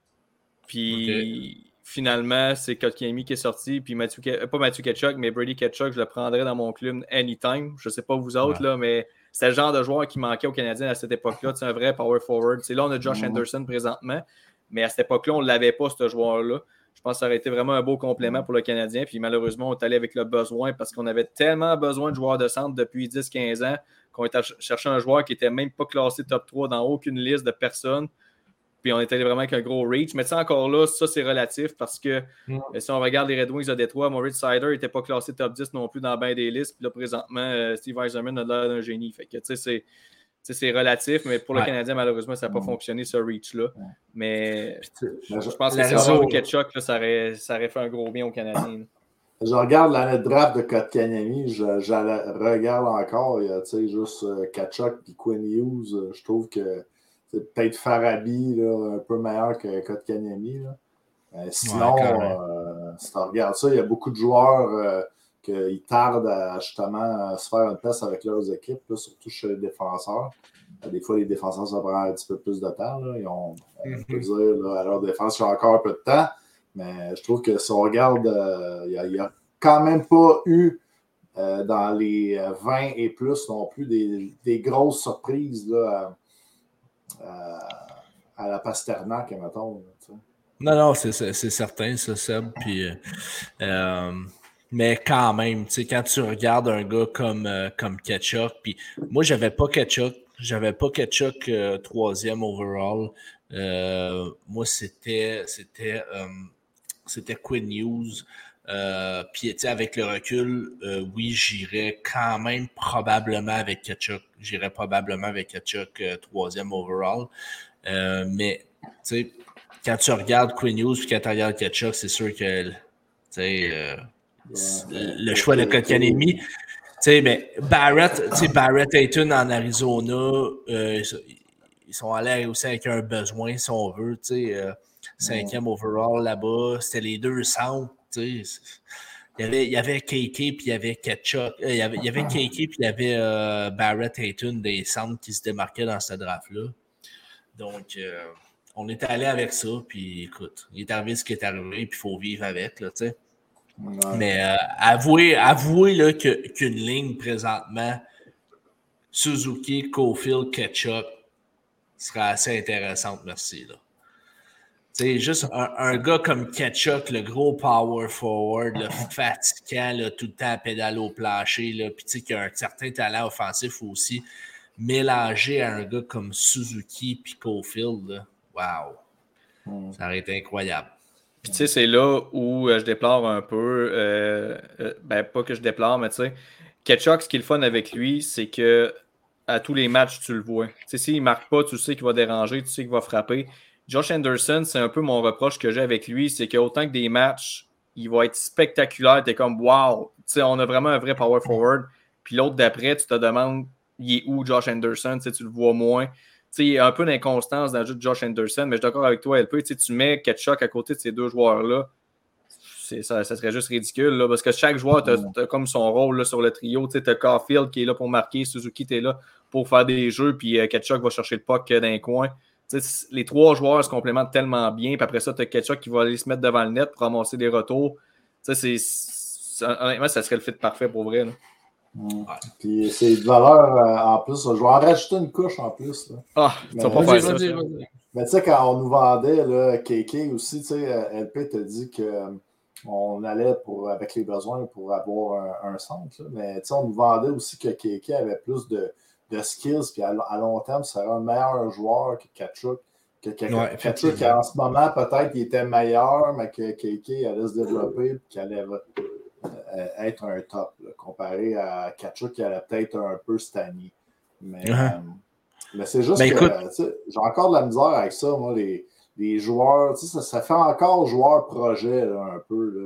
Puis, finalement, c'est Kotkaniemi qui est sorti, puis pas Matthew Tkachuk, mais Brady Tkachuk, je le prendrais dans mon club anytime. Je sais pas vous autres, là, mais c'est le genre de joueur qui manquait aux Canadiens à cette époque-là. C'est un vrai power forward. C'est là, on a Josh Anderson présentement, mais à cette époque-là, on ne l'avait pas, ce joueur-là. Je pense que ça aurait été vraiment un beau complément pour le Canadien. Puis malheureusement, on est allé avec le besoin parce qu'on avait tellement besoin de joueurs de centre depuis 10-15 ans qu'on est allé chercher un joueur qui n'était même pas classé top 3 dans aucune liste de personnes. Puis on est allé vraiment avec un gros reach. Mais tu sais, encore là, ça, c'est relatif parce que si on regarde les Red Wings de Détroit, Moritz Seider n'était pas classé top 10 non plus dans bien des listes. Puis là, présentement, Steve Yzerman a l'air d'un génie. Fait que tu sais, c'est relatif, mais pour le Canadien, malheureusement, ça n'a pas fonctionné, ce reach-là. Mais je pense que si on avait Tkachuk, ça aurait fait un gros bien aux Canadiens. Je regarde l'année de draft de Kotkaniemi, je regarde encore, il y a juste Tkachuk et Quinn Hughes. Je trouve que c'est peut-être Farabee là, un peu meilleur que Kotkaniemi. Sinon, si tu regardes ça, il y a beaucoup de joueurs qu'ils tardent à justement se faire une place avec leurs équipes, là, surtout chez les défenseurs. Des fois, les défenseurs, ça prend un petit peu plus de temps. Là. On peut dire là, à leur défense, il y a encore un peu de temps. Mais je trouve que si on regarde, il n'y a quand même pas eu dans les 20 et plus non plus des grosses surprises là, à la Pasternak, mettons. Là, non, c'est certain, ça, Seb. Puis, mais quand même, tu sais, quand tu regardes un gars comme Tkachuk, puis moi, j'avais pas Tkachuk 3e overall. Moi, c'était Quinn Hughes. Puis, tu sais, avec le recul, oui, j'irais quand même probablement avec Tkachuk. J'irais probablement avec Tkachuk 3e overall. Mais, tu sais, quand tu regardes Quinn Hughes puis quand tu regardes Tkachuk, c'est sûr que, tu sais, le choix de Kotkaniemi, tu sais, mais Barrett Hayton en Arizona, ils sont allés aussi avec un besoin, si on veut, tu sais, 5e overall là-bas, c'était les deux centres, tu sais. Il y avait KK puis il y avait Tkachuk. Il y avait KK puis il y avait Barrett Hayton, des centres qui se démarquaient dans ce draft-là. Donc, on est allé avec ça, puis écoute, il est arrivé ce qui est arrivé, puis il faut vivre avec, là, tu sais. Ouais. Mais avouez là, qu'une ligne présentement, Suzuki, Caulfield, Tkachuk, serait assez intéressante, merci, là. Tu sais, juste un gars comme Tkachuk, le gros power forward, le fatigant, là, tout le temps à pédale au plancher, là, puis tu sais, qui a un certain talent offensif aussi, mélangé à un gars comme Suzuki puis Caulfield, là, wow! Ça aurait été incroyable. Puis tu sais, c'est là où je déplore un peu, ben pas que je déplore, mais tu sais, Tkachuk, ce qui est le fun avec lui, c'est que à tous les matchs, tu le vois. Tu sais, s'il ne marque pas, tu sais qu'il va déranger, tu sais qu'il va frapper. Josh Anderson, c'est un peu mon reproche que j'ai avec lui, c'est qu'autant que des matchs, il va être spectaculaire, t'es comme wow, tu sais, on a vraiment un vrai power forward. Puis l'autre d'après, tu te demandes, il est où Josh Anderson, tu sais, tu le vois moins. il y a un peu d'inconstance dans le jeu de Josh Anderson, mais je suis d'accord avec toi, LP. Tu mets Ketchuk à côté de ces deux joueurs-là, ça serait juste ridicule, là, parce que chaque joueur a comme son rôle là, sur le trio. Tu as Caulfield qui est là pour marquer, Suzuki, tu es là pour faire des jeux, puis Ketchuk va chercher le puck dans les coins. Les trois joueurs se complémentent tellement bien, puis après ça, tu as Ketchuk qui va aller se mettre devant le net pour ramasser des retours. Honnêtement, ça serait le fit parfait pour vrai. Là. Puis c'est de valeur en plus. Je vais en rajouter une couche en plus. Là. Ah, tu vas pas faire ça. Mais tu sais, quand on nous vendait là, KK aussi, tu sais, LP t'a dit qu'on allait avec les besoins pour avoir un centre. Là. Mais tu sais, on nous vendait aussi que KK avait plus de skills, puis à long terme, ça serait un meilleur joueur que Ketchuk. Ketchuk, en ce moment, peut-être il était meilleur, mais que KK allait se développer et qu'il allait être un top, là, comparé à Ketchuk qui allait peut-être un peu stagner. Mais c'est juste que j'ai encore de la misère avec ça, moi, les joueurs. Ça fait encore joueur projet, là, un peu. Là,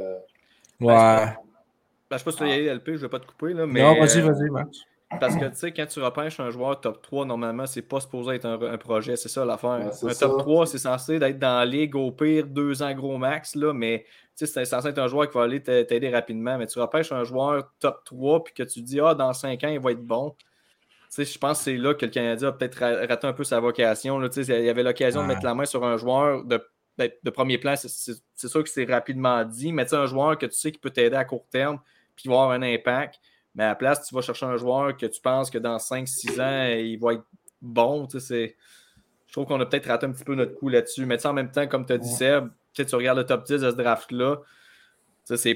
ouais. Je sais pas si tu vas y aller, LP, je ne vais pas te couper. Là, mais, non, vas-y, Max. Parce que, tu sais, quand tu repêches un joueur top 3, normalement, c'est pas supposé être un projet. C'est ça l'affaire. Un top 3, c'est censé être dans la ligue au pire 2 ans gros max, là, mais c'est censé être un joueur qui va aller t'aider rapidement. Mais tu repêches un joueur top 3 puis que tu dis, dans 5 ans, il va être bon. Je pense que c'est là que le Canadien a peut-être raté un peu sa vocation. Là, il y avait l'occasion de mettre la main sur un joueur de premier plan. C'est sûr que c'est rapidement dit, mais un joueur que tu sais qui peut t'aider à court terme puis qui va avoir un impact. Mais à la place, tu vas chercher un joueur que tu penses que dans 5-6 ans, il va être bon. Je trouve qu'on a peut-être raté un petit peu notre coup là-dessus. Mais en même temps, comme tu as dit, Seb, tu regardes le top 10 de ce draft-là, c'est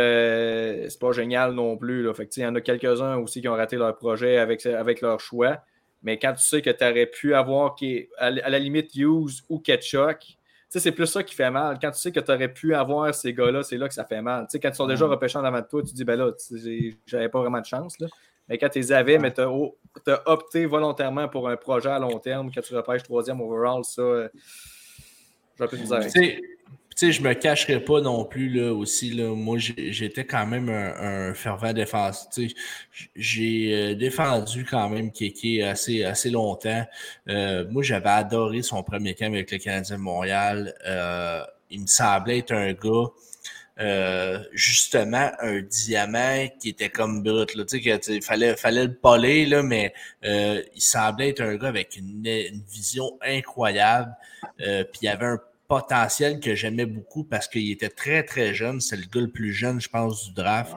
pas génial non plus. Là. Fait que, il y en a quelques-uns aussi qui ont raté leur projet avec leur choix. Mais quand tu sais que tu aurais pu avoir à la limite Hughes ou Ketchuk, c'est plus ça qui fait mal. Quand tu sais que tu aurais pu avoir ces gars-là, c'est là que ça fait mal. Quand ils sont déjà repêchés en avant de toi, tu te dis, ben là, j'avais pas vraiment de chance. Là. Mais quand tu les avais, mais tu as opté volontairement pour un projet à long terme, quand tu repêches 3e overall, ça, j'ai un peu de misère. Je me cacherai pas non plus là, aussi. Là, moi, j'étais quand même un fervent défenseur. J'ai défendu quand même Kéké assez longtemps. Moi, j'avais adoré son premier camp avec le Canadien de Montréal. Il me semblait être un gars, justement, un diamant qui était comme brut. Là. Il fallait le poler, là, mais il semblait être un gars avec une vision incroyable. Puis il y avait un potentiel que j'aimais beaucoup parce qu'il était très, très jeune. C'est le gars le plus jeune, je pense, du draft.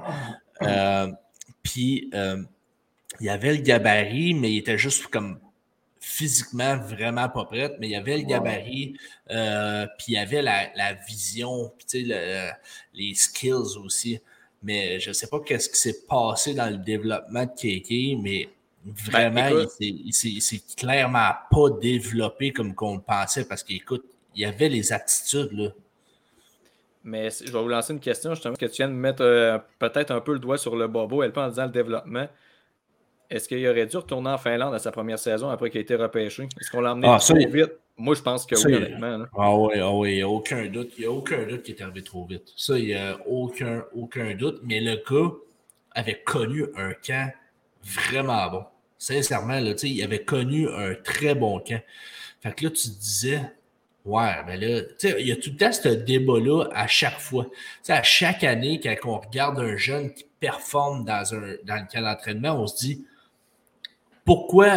Puis, il y avait le gabarit, mais il était juste comme physiquement vraiment pas prêt. Mais il y avait le gabarit, puis il y avait la vision, puis les skills aussi. Mais je ne sais pas qu'est-ce qui s'est passé dans le développement de KK, mais vraiment, il s'est clairement pas développé comme qu'on le pensait parce qu'écoute, il y avait les attitudes, là. Mais je vais vous lancer une question, justement, que tu viens de mettre peut-être un peu le doigt sur le bobo, elle pas en disant le développement. Est-ce qu'il aurait dû retourner en Finlande à sa première saison après qu'il ait été repêché? Est-ce qu'on l'a emmené trop vite? Moi, je pense que oui, honnêtement. Là. Il n'y a aucun doute. Il n'y a aucun doute qu'il est arrivé trop vite. Ça, il n'y a aucun doute. Mais le gars avait connu un camp vraiment bon. Sincèrement, là, il avait connu un très bon camp. Fait que là, tu te disais... Ouais, mais là, tu sais, il y a tout le temps ce débat-là à chaque fois. Tu sais, à chaque année, quand on regarde un jeune qui performe dans le camp d'entraînement, on se dit pourquoi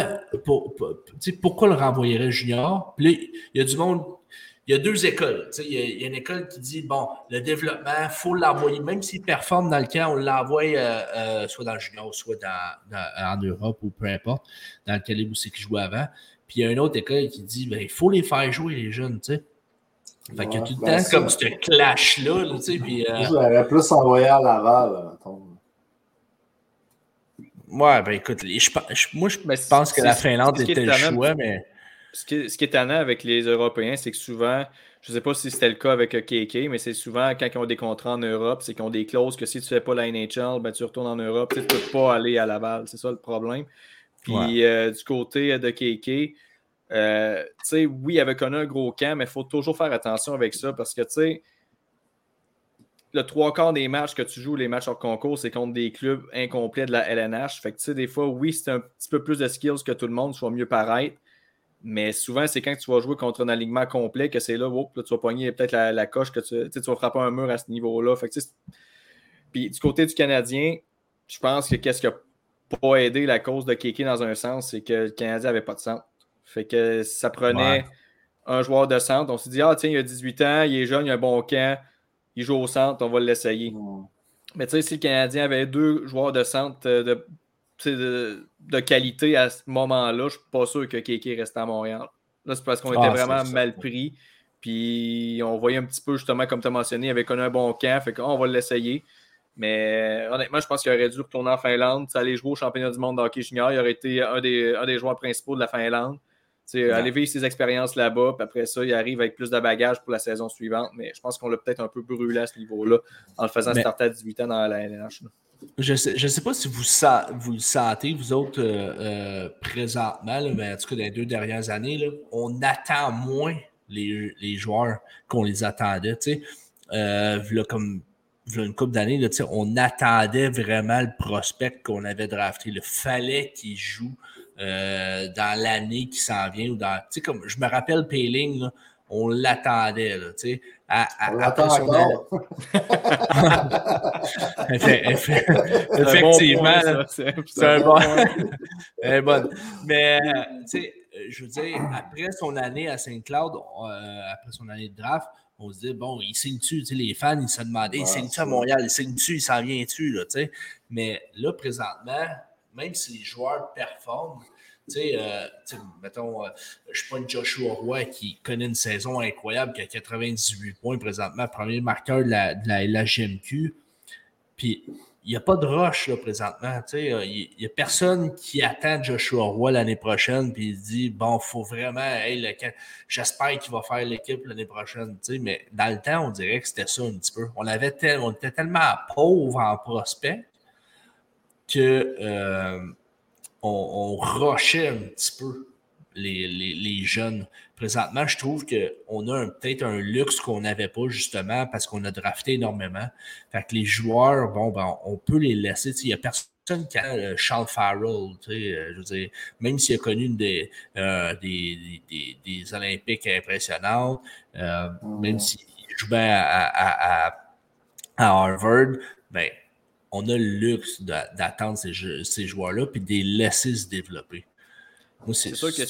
le renvoyerait junior? Puis là, il y a du monde, il y a deux écoles. Tu sais, il y a une école qui dit bon, le développement, il faut l'envoyer, même s'il performe dans le camp, on l'envoie soit dans le junior, soit en Europe ou peu importe, dans le calibre où c'est qu'il jouait avant. Puis il y a une autre école qui dit il faut les faire jouer, les jeunes, tu sais. Fait qu'il y a tout le temps comme ce clash-là, tu sais. Puis, je l'aurais plus envoyé à Laval, Ouais, ben écoute, moi je pense que la Finlande était le choix, mais. Ce qui est étonnant avec les Européens, c'est que souvent, je ne sais pas si c'était le cas avec KK, mais c'est souvent quand ils ont des contrats en Europe, c'est qu'ils ont des clauses que si tu ne fais pas la NHL, ben, tu retournes en Europe, tu ne peux pas aller à Laval. C'est ça le problème. Puis du côté de KK, oui, il avait connu un gros camp, mais il faut toujours faire attention avec ça parce que, tu sais, le 3/4 des matchs que tu joues, les matchs hors concours, c'est contre des clubs incomplets de la LNH. Fait que, tu sais, des fois, oui, c'est un petit peu plus de skills que tout le monde, soit mieux paraître. Mais souvent, c'est quand tu vas jouer contre un alignement complet que c'est là, là tu vas pogner peut-être la coche que tu vas frapper un mur à ce niveau-là. Fait que, puis du côté du Canadien, je pense que qu'est-ce qui n'a pas aidé la cause de Kéké dans un sens, c'est que le Canadien n'avait pas de centre. Fait que ça prenait un joueur de centre. On s'est dit, tiens, il a 18 ans, il est jeune, il a un bon camp, il joue au centre, on va l'essayer. Mais tu sais, si le Canadien avait 2 joueurs de centre de qualité à ce moment-là, je ne suis pas sûr que Kéké restait à Montréal. Là, c'est parce qu'on était vraiment mal pris. Puis on voyait un petit peu, justement, comme tu as mentionné, il avait connu un bon camp. Fait qu'on va l'essayer. Mais honnêtement, je pense qu'il aurait dû retourner en Finlande, aller jouer au championnat du monde de hockey junior. Il aurait été un des joueurs principaux de la Finlande. Aller vivre ses expériences là-bas, puis après ça, il arrive avec plus de bagages pour la saison suivante. Mais je pense qu'on l'a peut-être un peu brûlé à ce niveau-là en le faisant starter à 18 ans dans la LNH. Je sais pas si vous le sentez, vous autres, présentement, là, mais en tout cas, dans les 2 dernières années, là, on attend moins les joueurs qu'on les attendait. Là, comme une couple d'années, là, on attendait vraiment le prospect qu'on avait drafté. Il fallait qu'il joue dans l'année qui s'en vient. Ou comme je me rappelle Payling, là, on l'attendait. Là, on l'attend encore. Effectivement, c'est un bon point. Mais, je veux dire, après son année à Saint-Cloud, après son année de draft, on se dit, bon, il signe-tu? Les fans, ils se demandaient, il signe-tu à Montréal? Il signe-tu? Il s'en vient-tu? Là, mais là, présentement, même si les joueurs performent, mettons, je suis pas une Joshua Roy qui connaît une saison incroyable, qui a 98 points présentement, premier marqueur de la GMQ. Puis, il n'y a pas de rush là, présentement. Il n'y a personne qui attend Joshua Roy l'année prochaine puis il se dit, bon, il faut vraiment, j'espère qu'il va faire l'équipe l'année prochaine. Mais dans le temps, on dirait que c'était ça un petit peu. On était tellement pauvres en prospect que on rushait un petit peu les jeunes. Présentement, je trouve qu'on a peut-être un luxe qu'on n'avait pas justement parce qu'on a drafté énormément. Fait que les joueurs, on peut les laisser. Il n'y a personne qui a Charles Farrell. Je veux dire, même s'il a connu des Olympiques impressionnantes, même s'il jouait à Harvard, on a le luxe d'attendre ces joueurs-là puis de les laisser se développer. Moi, c'est sûr que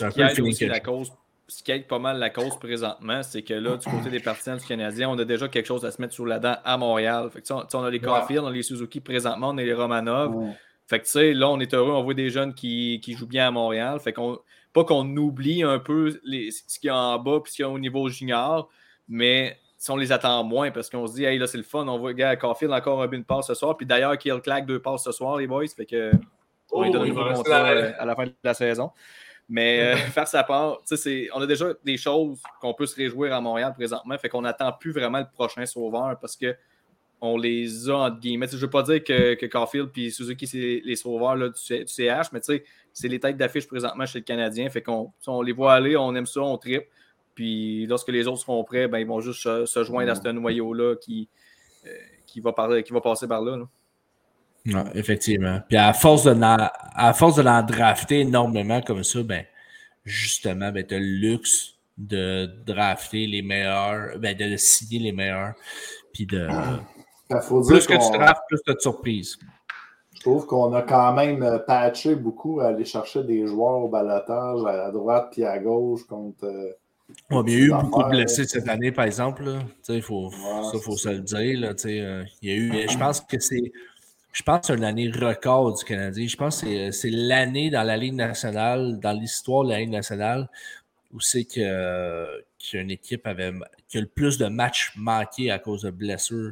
ce qui aide pas mal la cause présentement, c'est que là, du côté des partisans du Canadien, on a déjà quelque chose à se mettre sur la dent à Montréal. Fait que, on a les Caulfield, on a les Suzuki présentement, on a les Romanov. Fait que là, on est heureux, on voit des jeunes qui jouent bien à Montréal. Fait pas qu'on oublie un peu ce qu'il y a en bas puis ce qu'il y a au niveau junior, mais on les attend moins parce qu'on se dit, hey, là, c'est le fun, on voit Caulfield encore une passe ce soir. Puis d'ailleurs, Kill Clack 2 passes ce soir, les boys. Fait que on lui donne un nouveau contrat à la fin de la saison. Mais faire sa part, on a déjà des choses qu'on peut se réjouir à Montréal présentement. Fait qu'on n'attend plus vraiment le prochain sauveur parce qu'on les a entre guillemets. Je ne veux pas dire que Caulfield et Suzuki, c'est les sauveurs là, du CH, mais c'est les têtes d'affiche présentement chez le Canadien. Fait qu'on les voit aller, on aime ça, on trippe. Puis lorsque les autres seront prêts, ils vont juste se joindre à ce noyau-là qui va passer par là. Ouais, effectivement. Puis à force de l'en drafter énormément comme ça, justement, tu as le luxe de drafter les meilleurs, de signer les meilleurs. Puis de. Plus que tu draftes, plus tu as de surprises. Je trouve qu'on a quand même patché beaucoup à aller chercher des joueurs au balotage à droite puis à gauche contre. Il y a eu beaucoup de blessés cette année, par exemple. Il faut se le dire. Là, il y a eu. Je pense que c'est une année record du Canadien. Je pense que c'est l'année dans la Ligue nationale, dans l'histoire de la Ligue nationale, où c'est qu'une équipe qui a le plus de matchs manqués à cause de blessures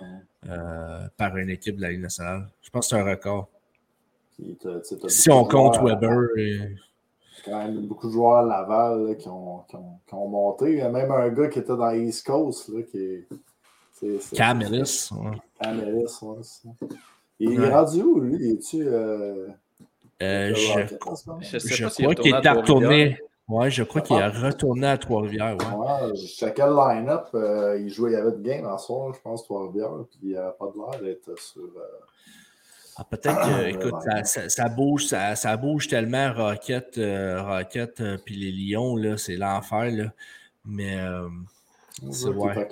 par une équipe de la Ligue nationale. Je pense que c'est un record. Si on compte Weber. Quand même beaucoup de joueurs à Laval là, qui ont monté. Il y a même un gars qui était dans East Coast. Là, Cam Ellis. Cam Ellis, ouais. Il est rendu où, lui? Es-tu. Je crois qu'il est retourné. Ouais, je crois qu'il est retourné à Trois-Rivières. Ouais, je checkais le line-up. Il y avait de game en soir, je pense, Trois-Rivières. Puis il n'y a pas de l'air d'être sur. Peut-être que, écoute, ça bouge tellement, Rocket, puis les Lions, là, c'est l'enfer, là. Mais c'est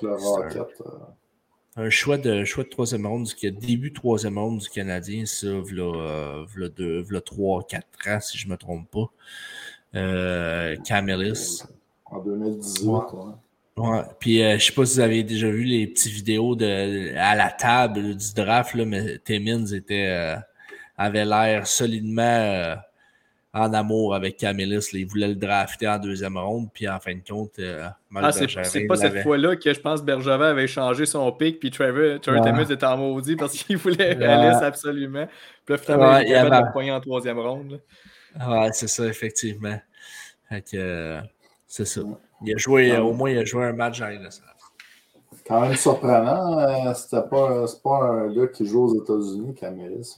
un choix de troisième ronde, début troisième ronde du Canadien, ça, v'là 3-4 ans, si je ne me trompe pas. Camillus. En 2018, Ouais. Puis je sais pas si vous avez déjà vu les petites vidéos à la table du draft, là, mais Timmins avait l'air solidement en amour avec Camillus. Il voulait le drafter en deuxième ronde, puis en fin de compte, c'est pas cette fois-là que je pense que Bergevin avait changé son pick, puis Trevor Timmins était en maudit parce qu'il voulait Ellis absolument. Puis là, finalement, il est capable de le poigner en troisième ronde. Ouais, c'est ça, effectivement. Fait que, c'est ça. Il a joué, au moins, il a joué un match à l'NSL. Quand même surprenant, c'est pas un gars qui joue aux États-Unis, Camillus.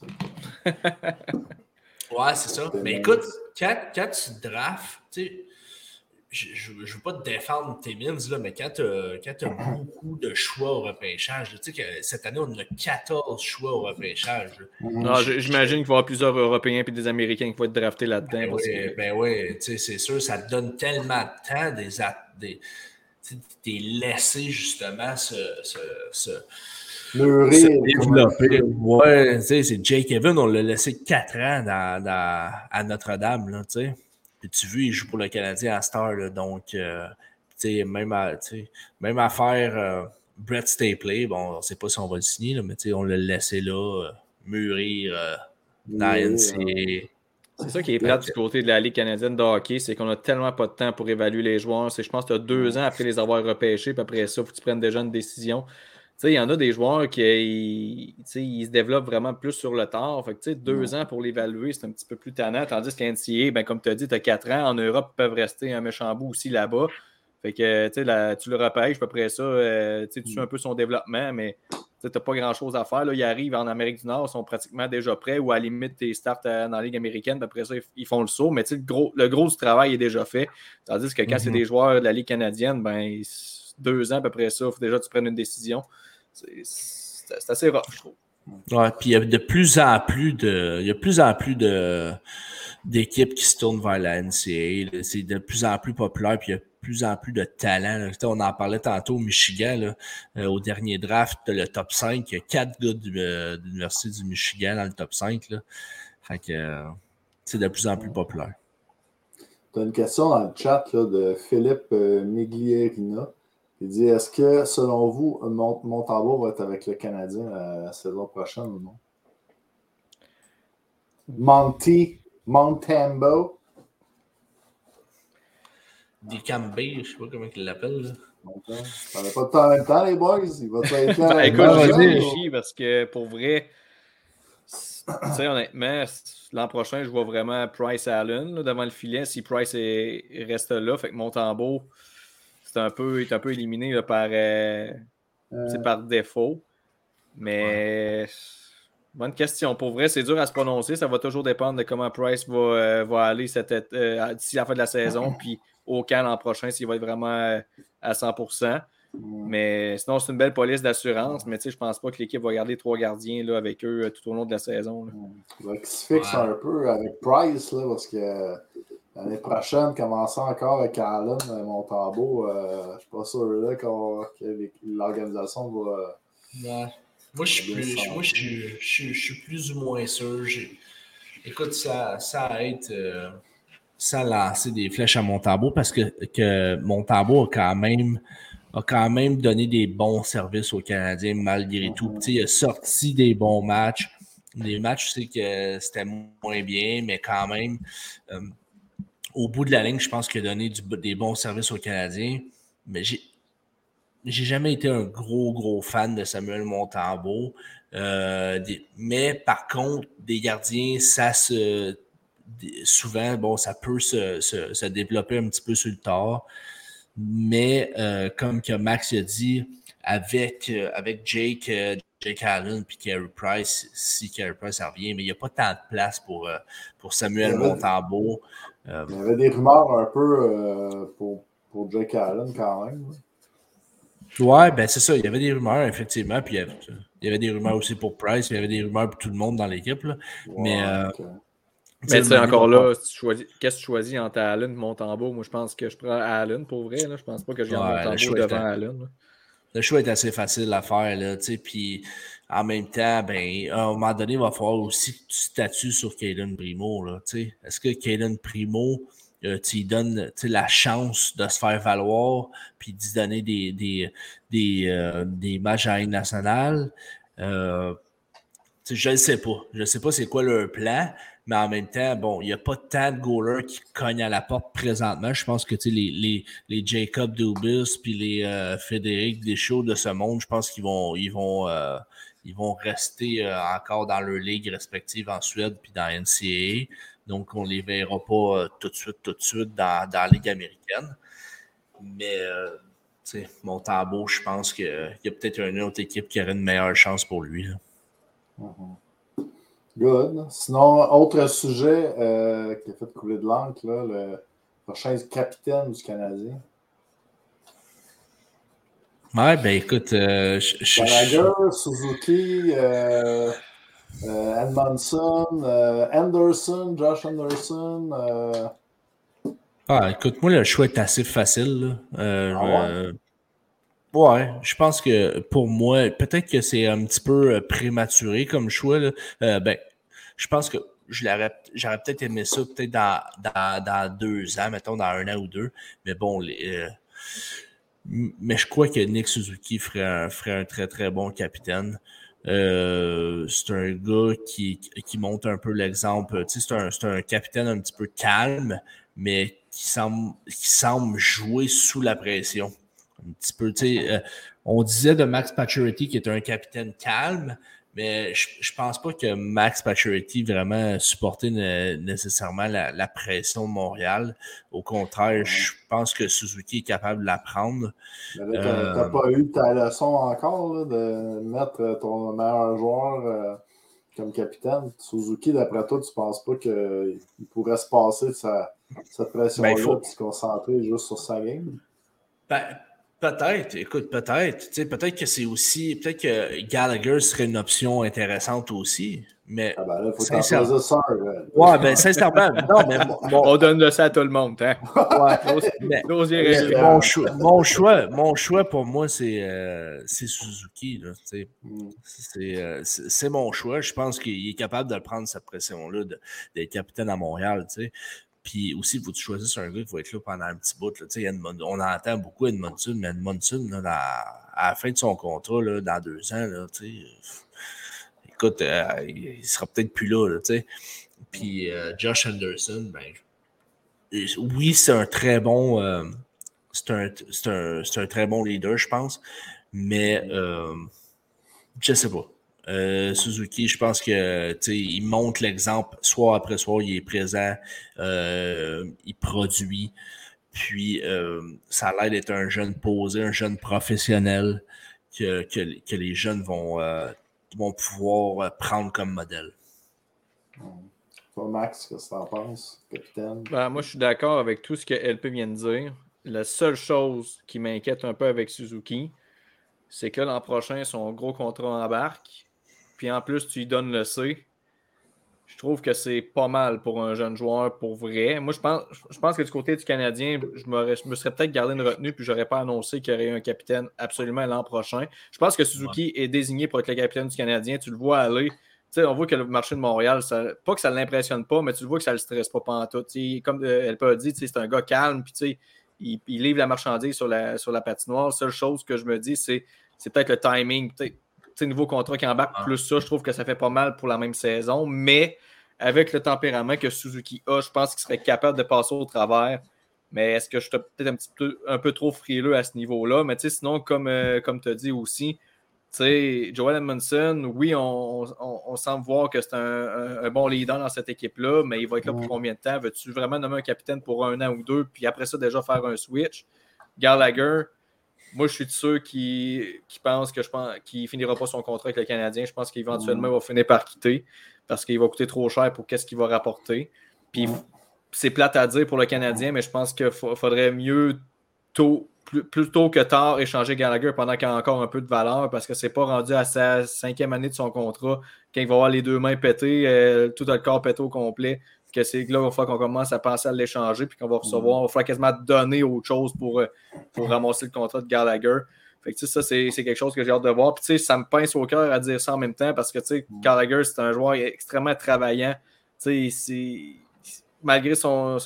Ouais, c'est ça. Mais écoute, quand tu drafts, tu sais, je ne veux pas te défendre Timmins, là, mais quand tu as beaucoup de choix au repêchage, tu sais que cette année, on a 14 choix au repêchage. J'imagine qu'il va y avoir plusieurs Européens et des Américains qui vont être draftés là-dedans. Ben oui, tu sais, c'est sûr, ça te donne tellement de temps des laisser justement développer. Ouais, tu sais, c'est Jake Evans, on l'a laissé 4 ans à Notre-Dame, là, tu sais. Puis tu vois, il joue pour le Canadien à Star, là, donc, tu sais, même affaire Brett Stapley, bon, on ne sait pas si on va le signer, là, mais tu sais, on l'a laissé là, mûrir dans NCAA. C'est ça qui est plate du côté de la Ligue canadienne de hockey, c'est qu'on a tellement pas de temps pour évaluer les joueurs. Je pense que tu as 2 ans après les avoir repêchés, puis après ça, il faut que tu prennes déjà une décision. Il y en a des joueurs qui ils se développent vraiment plus sur le tard. Fait que 2 ans pour l'évaluer, c'est un petit peu plus tannant. Tandis qu'à NCAA, ben, comme tu as dit, tu as 4 ans. En Europe, ils peuvent rester un méchant bout aussi là-bas. Fait que tu le repêches, puis après ça, tu suis un peu son développement, mais tu n'as pas grand-chose à faire. Là, ils arrivent en Amérique du Nord, ils sont pratiquement déjà prêts, ou à la limite, ils startent dans la Ligue américaine, puis après ça, ils font le saut. Mais le gros du travail est déjà fait. Tandis que quand c'est des joueurs de la Ligue canadienne, ben 2 ans, puis après ça, il faut déjà que tu prennes une décision. C'est assez rough, je trouve. Ouais, puis il y a de plus en plus d'équipes qui se tournent vers la NCAA. C'est de plus en plus populaire, puis il y a de plus en plus de talent. Là. On en parlait tantôt au Michigan, là, au dernier draft, le top 5. Il y a 4 gars de l'Université du Michigan dans le top 5. Là. Fait que c'est de plus en plus populaire. Tu as une question dans le chat là, de Philippe Miglierina. Il dit, est-ce que, selon vous, Montembeault va être avec le Canadien la saison prochaine ou non? Montembeault. Dicambé, je sais pas comment il l'appelle. Ça n'a pas de temps en même temps, les boys. Il va être là. Écoute, je réfléchis parce que, pour vrai, honnêtement, l'an prochain, je vois vraiment Price Allen là, devant le filet. Si Price reste là, fait que Montembeault... il est un peu éliminé là, par défaut. Mais bonne question. Pour vrai, c'est dur à se prononcer. Ça va toujours dépendre de comment Price va aller d'ici la fin de la saison. Puis au camp l'an prochain, s'il va être vraiment à 100%. Mais sinon, c'est une belle police d'assurance. Mais je pense pas que l'équipe va garder 3 gardiens là, avec eux tout au long de la saison. Il va qu'il se fixe un peu avec Price là, parce que l'année prochaine, commençant encore avec Allen Montembeault, je ne suis pas sûr là, que l'organisation va. Ouais. Moi, je suis plus ou moins sûr. Écoute, ça aide sans lancer des flèches à Montembeault parce que Montembeault a quand même donné des bons services aux Canadiens malgré tout. Il a sorti des bons matchs. Des matchs, je sais que c'était moins bien, mais quand même. Au bout de la ligne, je pense qu'il a donné des bons services aux Canadiens, mais j'ai jamais été un gros fan de Samuel Montembeault. Mais par contre, des gardiens, souvent, bon, ça peut se développer un petit peu sur le tard. Mais comme que Max a dit, avec Jake Allen et Carey Price, si Carey Price revient, mais il n'y a pas tant de place pour Samuel Montembeault. Il y avait des rumeurs un peu pour Jake Allen quand même. Ouais, ben c'est ça. Il y avait des rumeurs, effectivement. Puis il y avait des rumeurs aussi pour Price. Il y avait des rumeurs pour tout le monde dans l'équipe. Là. Mais, mais tu sais, encore là, qu'est-ce que tu choisis entre Allen et Montembeault? Moi, je pense que je prends Allen pour vrai. Là. Je pense pas que je garde Montembeault devant Allen. Là. Le choix est assez facile à faire. Là, puis en même temps, ben, à un moment donné, il va falloir aussi que tu statues sur Caden Primo. Là, est-ce que Caden Primo, tu lui donnes la chance de se faire valoir puis d'y donner des matchs à la Ligue nationale? Je ne sais pas. Je ne sais pas c'est quoi leur plan, mais en même temps, bon, il n'y a pas tant de goalers qui cognent à la porte présentement. Je pense que les Jacob Dubus puis les Frédéric Deschaux de ce monde, je pense qu'ils vont rester encore dans leur ligue respective en Suède puis dans NCAA. Donc, on ne les verra pas tout de suite dans la Ligue américaine. Mais, Montembeault, je pense qu'il y a peut-être une autre équipe qui aurait une meilleure chance pour lui. Là. Good. Sinon, autre sujet qui a fait couler de l'encre, le prochain capitaine du Canadien. Ouais, ben écoute, Gallagher, Suzuki, Edmondson, Anderson, Josh Anderson. Écoute, moi, le choix est assez facile. Ouais? Ouais, je pense que pour moi, peut-être que c'est un petit peu prématuré comme choix. Là. Ben, je pense que j'aurais peut-être aimé ça peut-être dans 2 ans, mettons, dans 1 an ou 2. Mais bon, mais je crois que Nick Suzuki ferait un très, très bon capitaine. C'est un gars qui montre un peu l'exemple. C'est un capitaine un petit peu calme, mais qui semble jouer sous la pression. Un petit peu, on disait de Max Pacioretty qui était un capitaine calme, mais je pense pas que Max Pacioretty vraiment supportait nécessairement la pression de Montréal. Au contraire, je pense que Suzuki est capable de la prendre. T'as pas eu ta leçon encore là, de mettre ton meilleur joueur comme capitaine. Suzuki, d'après toi, tu penses pas qu'il pourrait se passer de cette pression-là et se concentrer juste sur sa game? Peut-être, écoute, peut-être. Peut-être que c'est aussi. Peut-être que Gallagher serait une option intéressante aussi. Mais. Ah ben là, il faut t'en choisir ça. Ouais, ben sincèrement, non, mais on donne ça à tout le monde, hein? Mon choix pour moi, c'est Suzuki. Là, c'est mon choix. Je pense qu'il est capable de prendre cette pression-là, d'être capitaine à Montréal. T'sais. Puis aussi, il faut que tu choisisses un gars qui va être là pendant un petit bout. Là. On entend beaucoup Edmondson, mais Edmondson, là, à la fin de son contrat, là, dans 2 ans, là, écoute, il sera peut-être plus là. Puis Josh Anderson, ben, oui, c'est un très bon c'est un très bon leader, je pense. Mais je sais pas. Suzuki, je pense que il montre l'exemple soir après soir, il est présent, il produit, puis ça a l'air d'être un jeune posé, un jeune professionnel que les jeunes vont pouvoir prendre comme modèle. Toi, Max, qu'est-ce que tu en penses, capitaine? Ben, moi, je suis d'accord avec tout ce que LP vient de dire. La seule chose qui m'inquiète un peu avec Suzuki, c'est que l'an prochain, son gros contrat embarque. Puis en plus, tu lui donnes le C. Je trouve que c'est pas mal pour un jeune joueur pour vrai. Moi, je pense que du côté du Canadien, je me serais peut-être gardé une retenue puis je n'aurais pas annoncé qu'il y aurait eu un capitaine absolument l'an prochain. Je pense que Suzuki est désigné pour être le capitaine du Canadien. Tu le vois aller. T'sais, on voit que le marché de Montréal, pas que ça ne l'impressionne pas, mais tu le vois que ça ne le stresse pas pantoute. Comme elle peut dire, c'est un gars calme, puis il livre la marchandise sur la patinoire. La seule chose que je me dis, c'est peut-être le timing. Nouveau contrat qui embarque, plus ça, je trouve que ça fait pas mal pour la même saison. Mais avec le tempérament que Suzuki a, je pense qu'il serait capable de passer au travers. Mais est-ce que je suis peut-être un peu trop frileux à ce niveau-là? Mais sinon, comme tu as dit aussi, Joel Edmondson, oui, on semble voir que c'est un bon leader dans cette équipe-là, mais il va être là pour combien de temps? Veux-tu vraiment nommer un capitaine pour 1 an ou 2, puis après ça, déjà faire un switch? Gallagher, moi, je suis de ceux qui pensent qu'il ne finira pas son contrat avec le Canadien. Je pense qu'éventuellement, il va finir par quitter parce qu'il va coûter trop cher pour qu'est-ce qu'il va rapporter. Puis c'est plate à dire pour le Canadien, mais je pense qu'il faudrait mieux plus tôt que tard échanger Gallagher pendant qu'il a encore un peu de valeur parce que c'est pas rendu à sa 5e année de son contrat quand il va avoir les 2 mains pétées, tout le corps pété au complet, que c'est là qu'il va falloir qu'on commence à penser à l'échanger puis qu'on va recevoir, il va falloir quasiment donner autre chose pour ramasser le contrat de Gallagher. Fait que, ça, c'est quelque chose que j'ai hâte de voir. Puis, ça me pince au cœur à dire ça en même temps parce que Gallagher, c'est un joueur extrêmement travaillant. Malgré son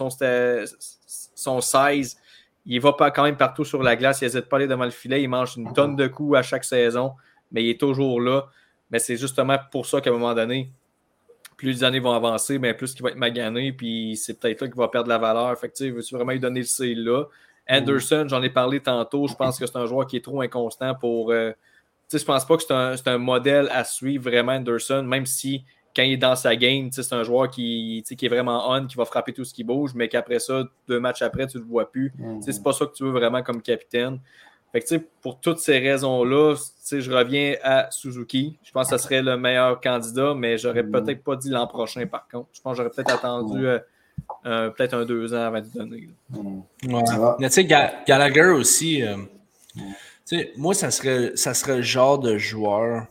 size, il va quand même partout sur la glace. Il n'hésite pas à aller devant le filet. Il mange une tonne de coups à chaque saison, mais il est toujours là. Mais c'est justement pour ça qu'à un moment donné, plus les années vont avancer, mais plus il va être magané, puis c'est peut-être là qu'il va perdre la valeur. Fait que, veux-tu vraiment lui donner le C là? Anderson, j'en ai parlé tantôt. Je pense que c'est un joueur qui est trop inconstant pour. Je pense pas que c'est un modèle à suivre vraiment, Anderson, même si quand il est dans sa game, c'est un joueur qui est vraiment on, qui va frapper tout ce qui bouge, mais qu'après ça, 2 matchs après, tu ne le vois plus. C'est pas ça que tu veux vraiment comme capitaine. Fait que, pour toutes ces raisons-là, je reviens à Suzuki. Je pense que ce serait le meilleur candidat, mais j'aurais peut-être pas dit l'an prochain, par contre. Je pense que j'aurais peut-être attendu peut-être 2 ans avant de donner. Ouais. Mais tu sais, Gallagher aussi, moi, ça serait le genre de joueur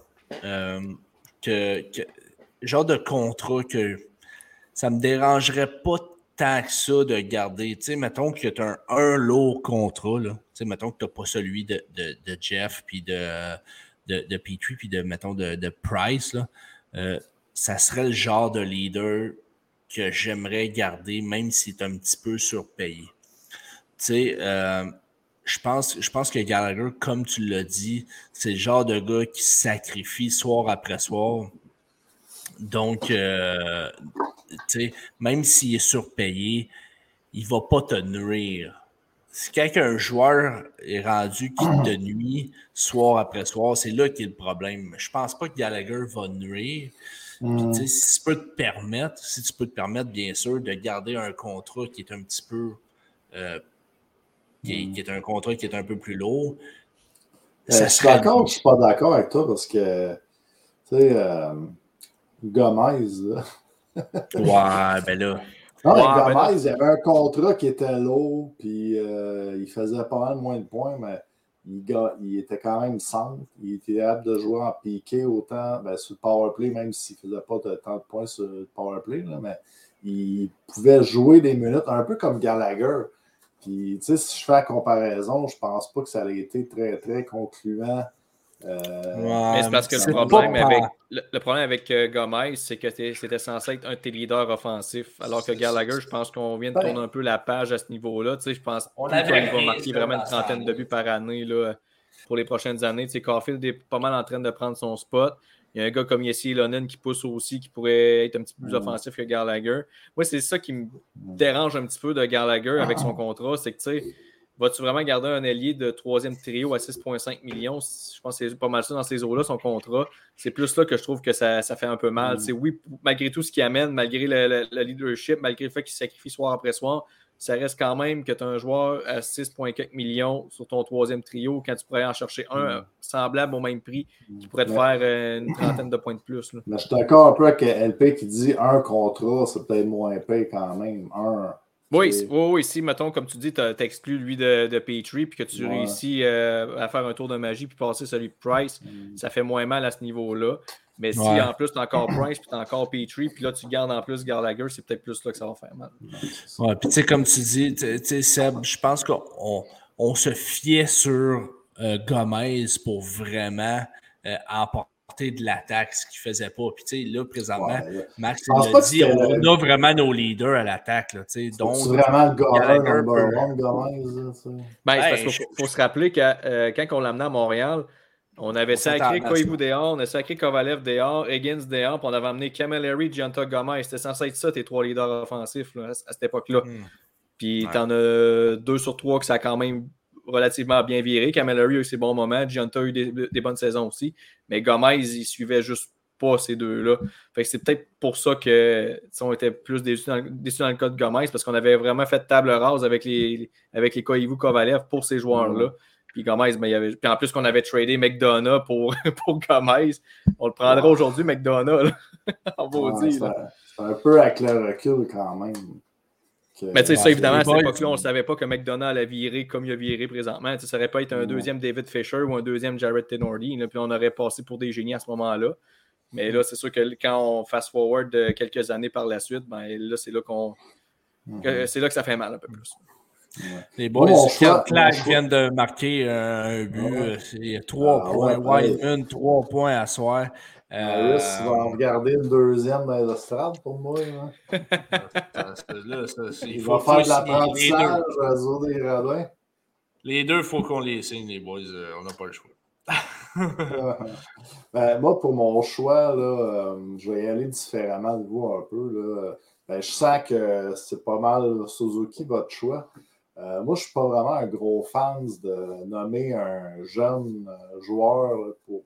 genre de contrat que ça me dérangerait pas tant que ça de garder. Tu sais, mettons que tu as un lourd contrat, là. Tu sais, mettons que tu n'as pas celui de Jeff, puis de Petrie, puis de Price, là. Ça serait le genre de leader que j'aimerais garder, même s'il est un petit peu surpayé. Tu sais, je pense que Gallagher, comme tu l'as dit, c'est le genre de gars qui se sacrifie soir après soir. Donc, tu sais, même s'il est surpayé, il ne va pas te nuire. Si un joueur est rendu qui te nuit soir après soir, c'est là qu'il y a le problème. Je pense pas que Gallagher va nuire. Puis, si tu peux te permettre, bien sûr, de garder un contrat qui est un petit peu qui est un contrat qui est un peu plus lourd. Je suis d'accord, je suis pas d'accord avec toi parce que tu sais, Gomez, là. Ouais, ben là. Non, Gomez, il avait un contrat qui était lourd, puis il faisait pas mal moins de points, mais il était quand même centre. Il était capable de jouer en piqué autant sur le powerplay, même s'il ne faisait pas tant de points sur le powerplay, là, mais il pouvait jouer des minutes, un peu comme Gallagher. Puis, tu sais, si je fais la comparaison, je pense pas que ça aurait été très, très concluant. Mais c'est parce que le problème avec Gomez, c'est que c'était censé être un de tes leaders offensifs, alors que Gallagher, je pense qu'on vient de tourner un peu la page à ce niveau-là. Tu sais, je pense qu'il va marquer vraiment une trentaine de buts par année là, pour les prochaines années. Tu sais, Caulfield est pas mal en train de prendre son spot. Il y a un gars comme Jesse Ilonen qui pousse aussi, qui pourrait être un petit peu plus offensif que Gallagher. Moi, c'est ça qui me dérange un petit peu de Gallagher avec son contrat, c'est que, tu sais, vas-tu vraiment garder un ailier de 3e trio à 6,5 millions? Je pense que c'est pas mal ça dans ces eaux-là, son contrat. C'est plus là que je trouve que ça fait un peu mal. Oui, malgré tout ce qu'il amène, malgré le leadership, malgré le fait qu'il se sacrifie soir après soir, ça reste quand même que tu as un joueur à 6,4 millions sur ton 3e trio quand tu pourrais en chercher un semblable au même prix qui pourrait te faire une trentaine de points de plus. Là. Mais je suis d'accord un peu avec LP qui dit un contrat, c'est peut-être moins payé quand même. Oui, si, mettons, comme tu dis, tu exclus lui de Petrie puis que tu réussis à faire un tour de magie puis passer celui de Price, ça fait moins mal à ce niveau-là. Mais si en plus, tu as encore Price puis tu as encore Petrie, puis là, tu gardes en plus Gallagher, c'est peut-être plus là que ça va faire mal. Ouais, puis tu sais, comme tu dis, Seb, je pense qu'on se fiait sur Gomez pour vraiment emporter de l'attaque, ce qu'il ne faisait pas. Puis tu sais, là, présentement, Max l'a dit, on a vraiment nos leaders à l'attaque. Là, donc, c'est vraiment le number one Gomez. Parce qu'il faut se rappeler que quand on l'amenait à Montréal, on avait sacré Koivu dehors, on a sacré Kovalev dehors, Higgins dehors, puis on avait amené Camilleri, Gianto Gomez. C'était censé être ça, tes 3 leaders offensifs là, à cette époque-là. Puis t'en as 2 sur 3 que ça a quand même relativement bien viré. Camilleri a eu ses bons moments, Gianto a eu des bonnes saisons aussi. Mais Gomez, il suivait juste pas ces deux-là. Fait que c'est peut-être pour ça que on était plus déçus dans le cas de Gomez, parce qu'on avait vraiment fait table rase avec les Koivu Kovalev pour ces joueurs-là. Puis Gomez, puis en plus qu'on avait tradé McDonough pour Gomez. On le prendra aujourd'hui, McDonough. On va dire. C'est un peu avec le recul quand même. Mais tu sais, ça, évidemment, à cette boys, époque-là, on ne savait pas que McDonough allait virer comme il a viré présentement. Tu sais, ça aurait pas été un deuxième David Fisher ou un deuxième Jared Tenorti, là, puis on aurait passé pour des génies à ce moment-là. Mais là, c'est sûr que quand on fast-forward de quelques années par la suite, ben là, c'est là c'est là que ça fait mal un peu plus. Les boys, Clark viennent de marquer un but. C'est 3 points. Wideman, 3 points à soir. Harris va en regarder une deuxième dans les estrades pour moi. Hein. Il va faire de l'apprentissage à Zo des Radins. Les deux, il faut qu'on les signe, les boys. On n'a pas le choix. Moi, pour mon choix, là, je vais y aller différemment de vous un peu. Là. Je sens que c'est pas mal Suzuki, votre choix. Moi, je ne suis pas vraiment un gros fan de nommer un jeune joueur là, pour.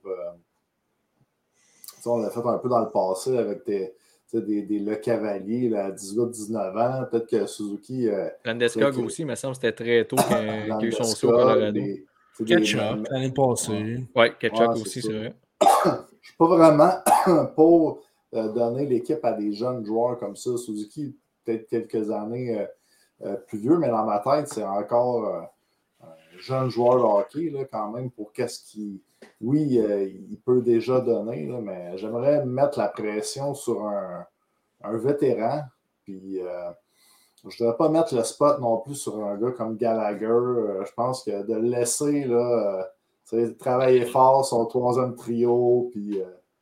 On l'a fait un peu dans le passé avec des Le Cavalier là, à 18-19 ans. Peut-être que Suzuki. Landeskog aussi, il me semble que c'était très tôt qu'il a eu son saut au Colorado. Ketchup, l'année passée. Oui, Ketchup aussi, c'est vrai. Je ne suis pas vraiment pour donner l'équipe à des jeunes joueurs comme ça. Suzuki, peut-être quelques années plus vieux, mais dans ma tête, c'est encore un jeune joueur de hockey là, quand même pour qu'est-ce qu'il. Oui, il peut déjà donner, là, mais j'aimerais mettre la pression sur un vétéran. Puis je ne devrais pas mettre le spot non plus sur un gars comme Gallagher. Je pense que de le laisser là, travailler fort, son troisième trio, puis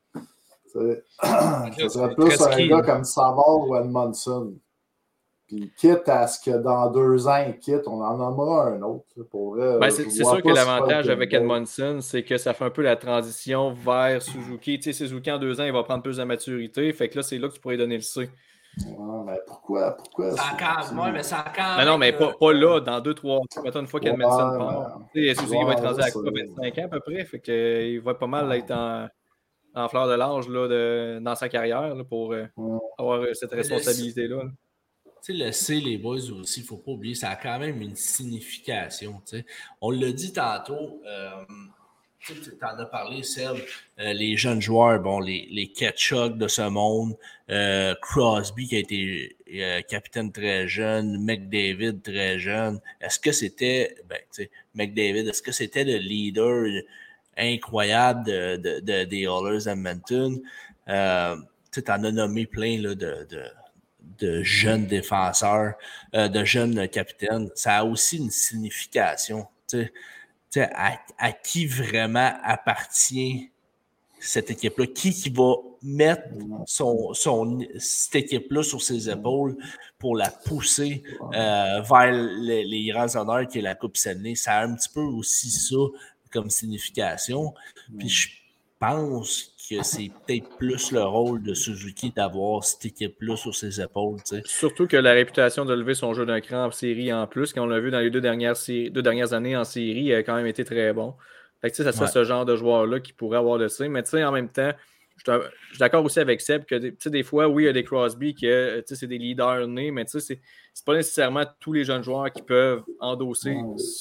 ce serait plus un gars comme Savard ou Edmondson. Puis quitte à ce que dans 2 ans, il quitte, on en nommera un autre. Pour vrai, c'est sûr que l'avantage avec Edmondson, c'est que ça fait un peu la transition vers Suzuki. Tu sais, Suzuki, en 2 ans, il va prendre plus de maturité. Fait que là, c'est là que tu pourrais donner le C. Ouais, mais pourquoi? Ça calme, ouais, mais ça calme. Mais non, mais pas là, dans 2-3 mettons une fois qu'Edmondson part. Suzuki va être rendu à 25 ans à peu près. Fait qu'il va pas mal être en fleur de l'âge là, dans sa carrière là, pour avoir cette responsabilité-là. Tu sais, le C, les boys aussi, il ne faut pas oublier, ça a quand même une signification. T'sais. On l'a dit tantôt, tu en as parlé, Seb, les jeunes joueurs, bon, les Ketchuk de ce monde, Crosby qui a été capitaine très jeune, McDavid très jeune. Est-ce que c'était, McDavid, est-ce que c'était le leader incroyable des Oilers Edmonton? Tu en as nommé plein là, de jeunes défenseurs, de jeunes capitaines. Ça a aussi une signification. À qui vraiment appartient cette équipe-là? Qui va mettre cette équipe-là sur ses épaules pour la pousser vers les grands honneurs qui est la Coupe Stanley? Ça a un petit peu aussi ça comme signification. Puis je pense que c'est peut-être plus le rôle de Suzuki d'avoir cette équipe-là sur ses épaules. T'sais. Surtout que la réputation de lever son jeu d'un cran en série en plus, quand on l'a vu dans les deux dernières années en série, il a quand même été très bon. Fait que ça serait ce genre de joueur-là qui pourrait avoir le C. Mais en même temps, je suis d'accord aussi avec Seb que des fois, oui, il y a des Crosby qui c'est des leaders nés, mais c'est pas nécessairement tous les jeunes joueurs qui peuvent endosser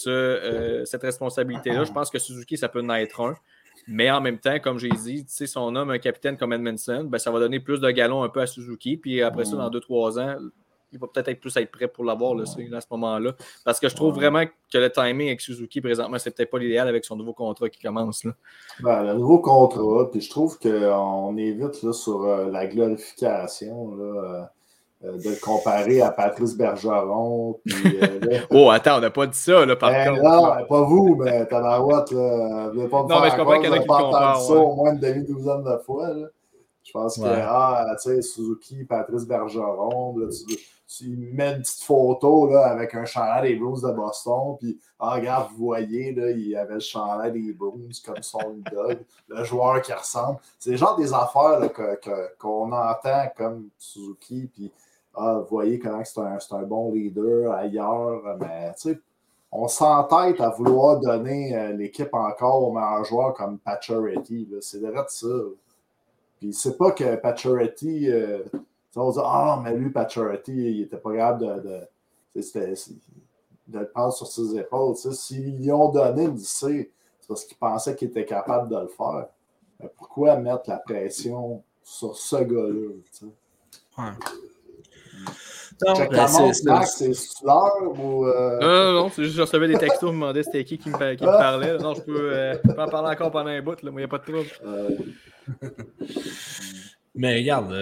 cette responsabilité-là. Je pense que Suzuki, ça peut en être un. Mais en même temps, comme j'ai dit, si on nomme un capitaine comme Edmondson, ça va donner plus de galons un peu à Suzuki. Puis après ça, dans 2-3 ans, il va peut-être plus être prêt pour l'avoir à ce moment-là. Parce que je trouve vraiment que le timing avec Suzuki, présentement, c'est peut-être pas l'idéal avec son nouveau contrat qui commence. Là. Le nouveau contrat, puis je trouve qu'on est vite là, sur la glorification. Là, de le comparer à Patrice Bergeron. Puis, attends, on n'a pas dit ça, là, par contre. Non, pas vous, mais Tabarouette, là. Vous pas non, mais je comprends qu'il y en a qui le comparent. Ça au moins une demi-douzaine de fois, là. Je pense que, tu sais, Suzuki, Patrice Bergeron, là, tu mets une petite photo, là, avec un chandail des Bruins de Boston, puis, regarde, vous voyez, là, il y avait le chandail des Bruins comme son idole, le joueur qui ressemble. C'est le genre des affaires là, qu'on entend comme Suzuki, puis vous voyez comment c'est un bon leader ailleurs, mais tu sais, on s'entête à vouloir donner l'équipe encore aux meilleurs joueurs comme Pacioretty. C'est vrai de ça. Puis c'est pas que Pacioretty, on dit mais lui, Pacioretty, il était pas capable de le prendre sur ses épaules. S'ils lui ont donné le C, c'est parce qu'ils pensaient qu'il était capable de le faire. Mais pourquoi mettre la pression sur ce gars-là? Max, c'est l'heure ou. Non, c'est juste que je recevais des textos, je me demandais c'était qui me parlait. Non, je peux en parler encore pendant un bout, là, moi, il n'y a pas de trouble. Mais regarde,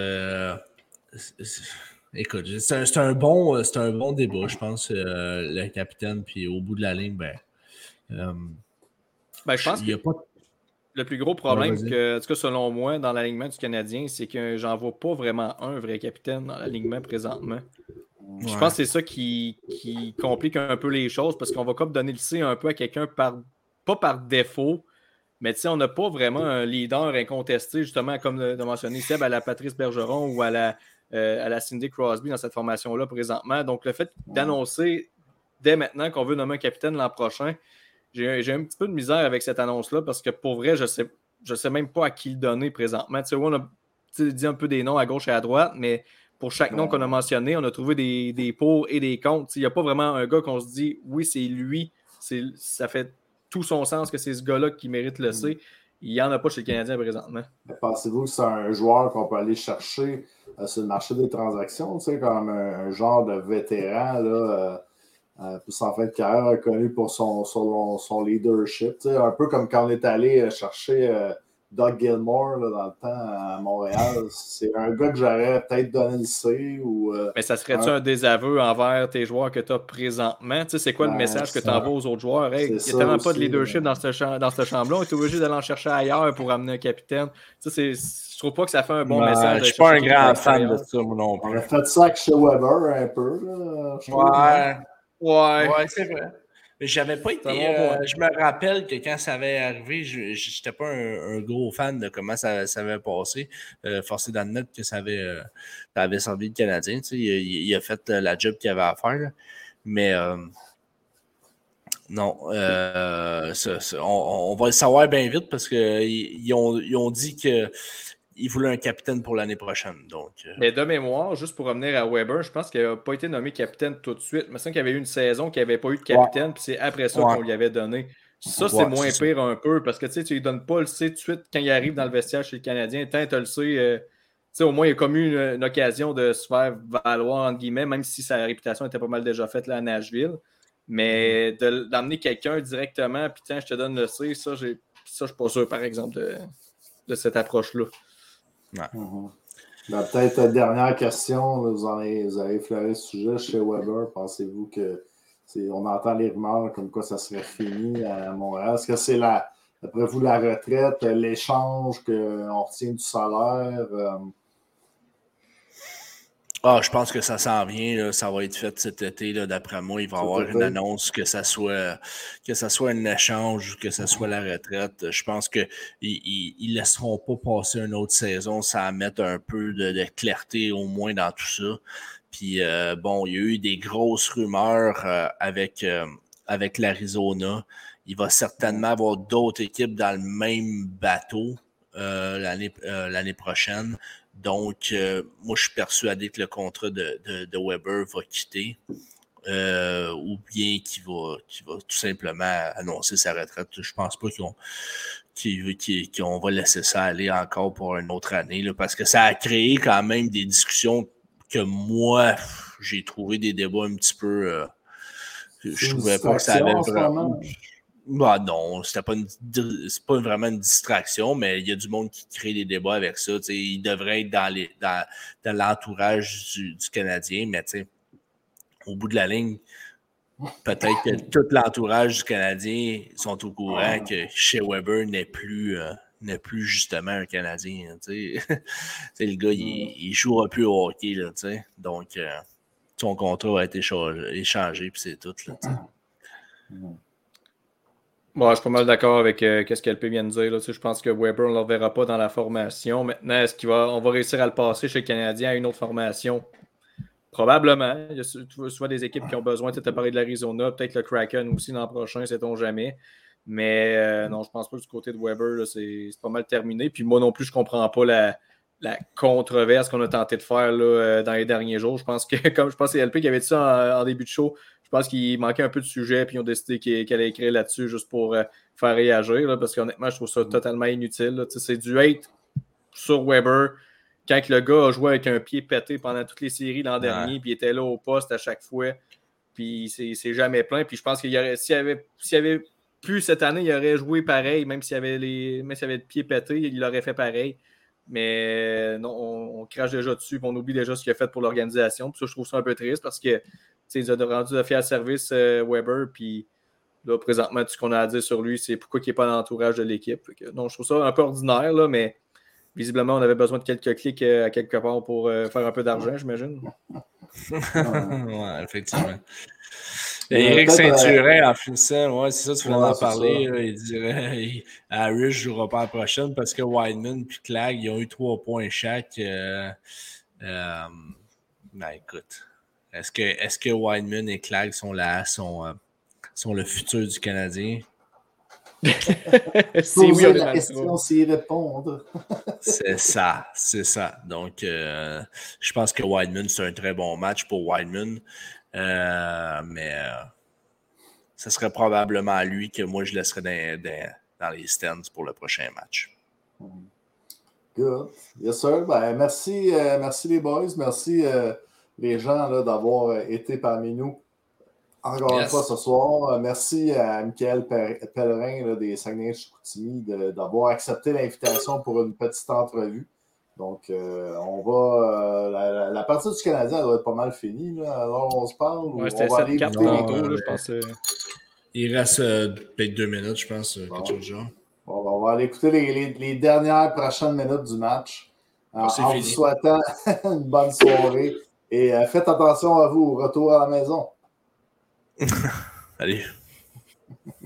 écoute, c'est un bon débat, je pense, le capitaine, puis au bout de la ligne, je pense que le plus gros problème, en tout cas selon moi, dans l'alignement du Canadien, c'est que j'en vois pas vraiment un vrai capitaine dans l'alignement présentement. Ouais. Je pense que c'est ça qui complique un peu les choses, parce qu'on va comme donner le C un peu à quelqu'un pas par défaut, mais tu sais, on n'a pas vraiment un leader incontesté, justement, comme l'a mentionné Seb, à la Patrice Bergeron ou à la Cindy Crosby dans cette formation-là présentement. Donc, le fait d'annoncer dès maintenant qu'on veut nommer un capitaine l'an prochain, j'ai un petit peu de misère avec cette annonce-là, parce que pour vrai, je sais même pas à qui le donner présentement. Tu sais, on a dit un peu des noms à gauche et à droite, mais pour chaque nom qu'on a mentionné, on a trouvé des pour et des contre. Il n'y a pas vraiment un gars qu'on se dit « oui, c'est lui ». Ça fait tout son sens que c'est ce gars-là qui mérite le C. Il n'y en a pas chez le Canadien présentement. Pensez-vous que c'est un joueur qu'on peut aller chercher sur le marché des transactions, comme un genre de vétéran là, plus en fin de carrière, connu pour son leadership, un peu comme quand on est allé chercher Doug Gilmour là, dans le temps à Montréal. C'est un gars que j'aurais peut-être donné le C. Mais ça serait-tu un désaveu envers tes joueurs que tu as présentement? C'est quoi le message que tu envoies aux autres joueurs? Hey, il n'y a tellement pas de leadership dans ce chambre-là. On est obligé d'aller en chercher ailleurs pour amener un capitaine. Je trouve pas que ça fait un bon message. Je ne suis pas un grand fan de ça, moi non plus. On a fait ça avec chez Weber un peu. Là, Ouais, c'est vrai. Mais j'avais pas été. Je me rappelle que quand ça avait arrivé, je n'étais pas un gros fan de comment ça avait passé. Forcé d'admettre que ça avait servi le Canadien. Il a fait la job qu'il avait à faire. Là. Mais non, on va le savoir bien vite, parce qu'ils ont dit que il voulait un capitaine pour l'année prochaine. Donc, Mais de mémoire, juste pour revenir à Weber, je pense qu'il n'a pas été nommé capitaine tout de suite. Il me semble qu'il y avait eu une saison qu'il n'avait pas eu de capitaine, puis c'est après ça qu'on lui avait donné. Ça, c'est moins pire un peu, parce que tu ne lui donnes pas le C tout de suite quand il arrive dans le vestiaire chez le Canadien. Tant tu le C, au moins il a comme eu une occasion de se faire valoir, entre guillemets, même si sa réputation était pas mal déjà faite là à Nashville. Mais d'amener quelqu'un directement, puis tiens, je te donne le C, ça, je suis pas sûr, par exemple, de cette approche-là. Ouais. Peut-être dernière question, vous avez effleuré ce sujet chez Weber. Pensez-vous que on entend les rumeurs comme quoi ça serait fini à Montréal? Est-ce que c'est d'après vous la retraite, l'échange, qu'on retient du salaire? Je pense que ça s'en vient, là, ça va être fait cet été, là, d'après moi. Il va y avoir une annonce que ça soit un échange, que ça soit la retraite. Je pense qu'ils ne laisseront pas passer une autre saison sans mettre un peu de clarté au moins dans tout ça. Puis il y a eu des grosses rumeurs avec l'Arizona. Il va certainement avoir d'autres équipes dans le même bateau l'année prochaine. Donc, moi, je suis persuadé que le contrat de Weber va quitter ou bien qu'il va tout simplement annoncer sa retraite. Je pense pas qu'on va laisser ça aller encore pour une autre année, là, parce que ça a créé quand même des discussions que moi, j'ai trouvé des débats un petit peu... je trouvais pas que ça avait vraiment... non, c'est pas vraiment une distraction, mais il y a du monde qui crée des débats avec ça. Il devrait être dans l'entourage du Canadien, mais au bout de la ligne, peut-être que tout l'entourage du Canadien sont au courant que chez Weber n'est plus justement un Canadien. Le gars, il ne jouera plus au hockey. Là, donc, son contrat va être échangé, puis c'est tout. Là, je suis pas mal d'accord avec ce qu'LP vient de dire. Là. Je pense que Weber, on ne le reverra pas dans la formation. Maintenant, est-ce qu'on va réussir à le passer chez le Canadien à une autre formation? Probablement. Il y a souvent des équipes qui ont besoin. Tu as parlé de l'Arizona, peut-être le Kraken aussi l'an prochain, sait-on jamais. Mais non, je pense pas que du côté de Weber, là, c'est pas mal terminé. Puis moi non plus, je comprends pas la controverse qu'on a tenté de faire là, dans les derniers jours. Je pense que c'est LP qui avait dit ça en début de show. Je pense qu'il manquait un peu de sujet, puis ils ont décidé qu'elle allait écrire là-dessus juste pour faire réagir, là, parce qu'honnêtement, je trouve ça totalement inutile. Là. C'est du hate sur Weber quand le gars a joué avec un pied pété pendant toutes les séries l'an dernier, puis il était là au poste à chaque fois, puis c'est jamais plein. Puis je pense qu'il y aurait, s'il y avait plus cette année, il aurait joué pareil, même s'il avait le pied pété, il l'aurait fait pareil. Mais non, on crache déjà dessus, puis on oublie déjà ce qu'il a fait pour l'organisation. Puis ça, je trouve ça un peu triste parce que il a rendu de fier service Weber, puis là, présentement, tout ce qu'on a à dire sur lui, c'est pourquoi il n'est pas dans l'entourage de l'équipe. Non, je trouve ça un peu ordinaire, là, mais visiblement, on avait besoin de quelques clics à quelque part pour faire un peu d'argent, j'imagine. Ouais, effectivement. Éric Saint-Turin, en finissant, ouais, c'est ça, tu voulais en parler. Là, il dirait Harris ne jouera pas la prochaine parce que Wideman et Clague, ils ont eu 3 points chaque. Écoute, est-ce que Wideman et Clague sont le futur du Canadien? Poser la question, c'est y répondre. C'est ça. Donc, je pense que Wideman, c'est un très bon match pour Wideman. Mais ce serait probablement à lui que moi, je laisserais dans les stands pour le prochain match. Good. Yes, sir. Ben, merci les boys. Merci les gens là, d'avoir été parmi nous encore une fois ce soir. Merci à Michael Pellerin là, des Saguenay-Chicoutimi d'avoir accepté l'invitation pour une petite entrevue. Donc, on va. La partie du Canadien, elle doit être pas mal finie. Là. Alors, on se parle. Ouais, c'était 7-4 tantôt, je pense. Il reste peut-être 2 minutes, je pense. Quelque chose de genre. Bon, on va aller écouter les dernières prochaines minutes du match. En vous souhaitant une bonne soirée. Et faites attention à vous au retour à la maison. Allez.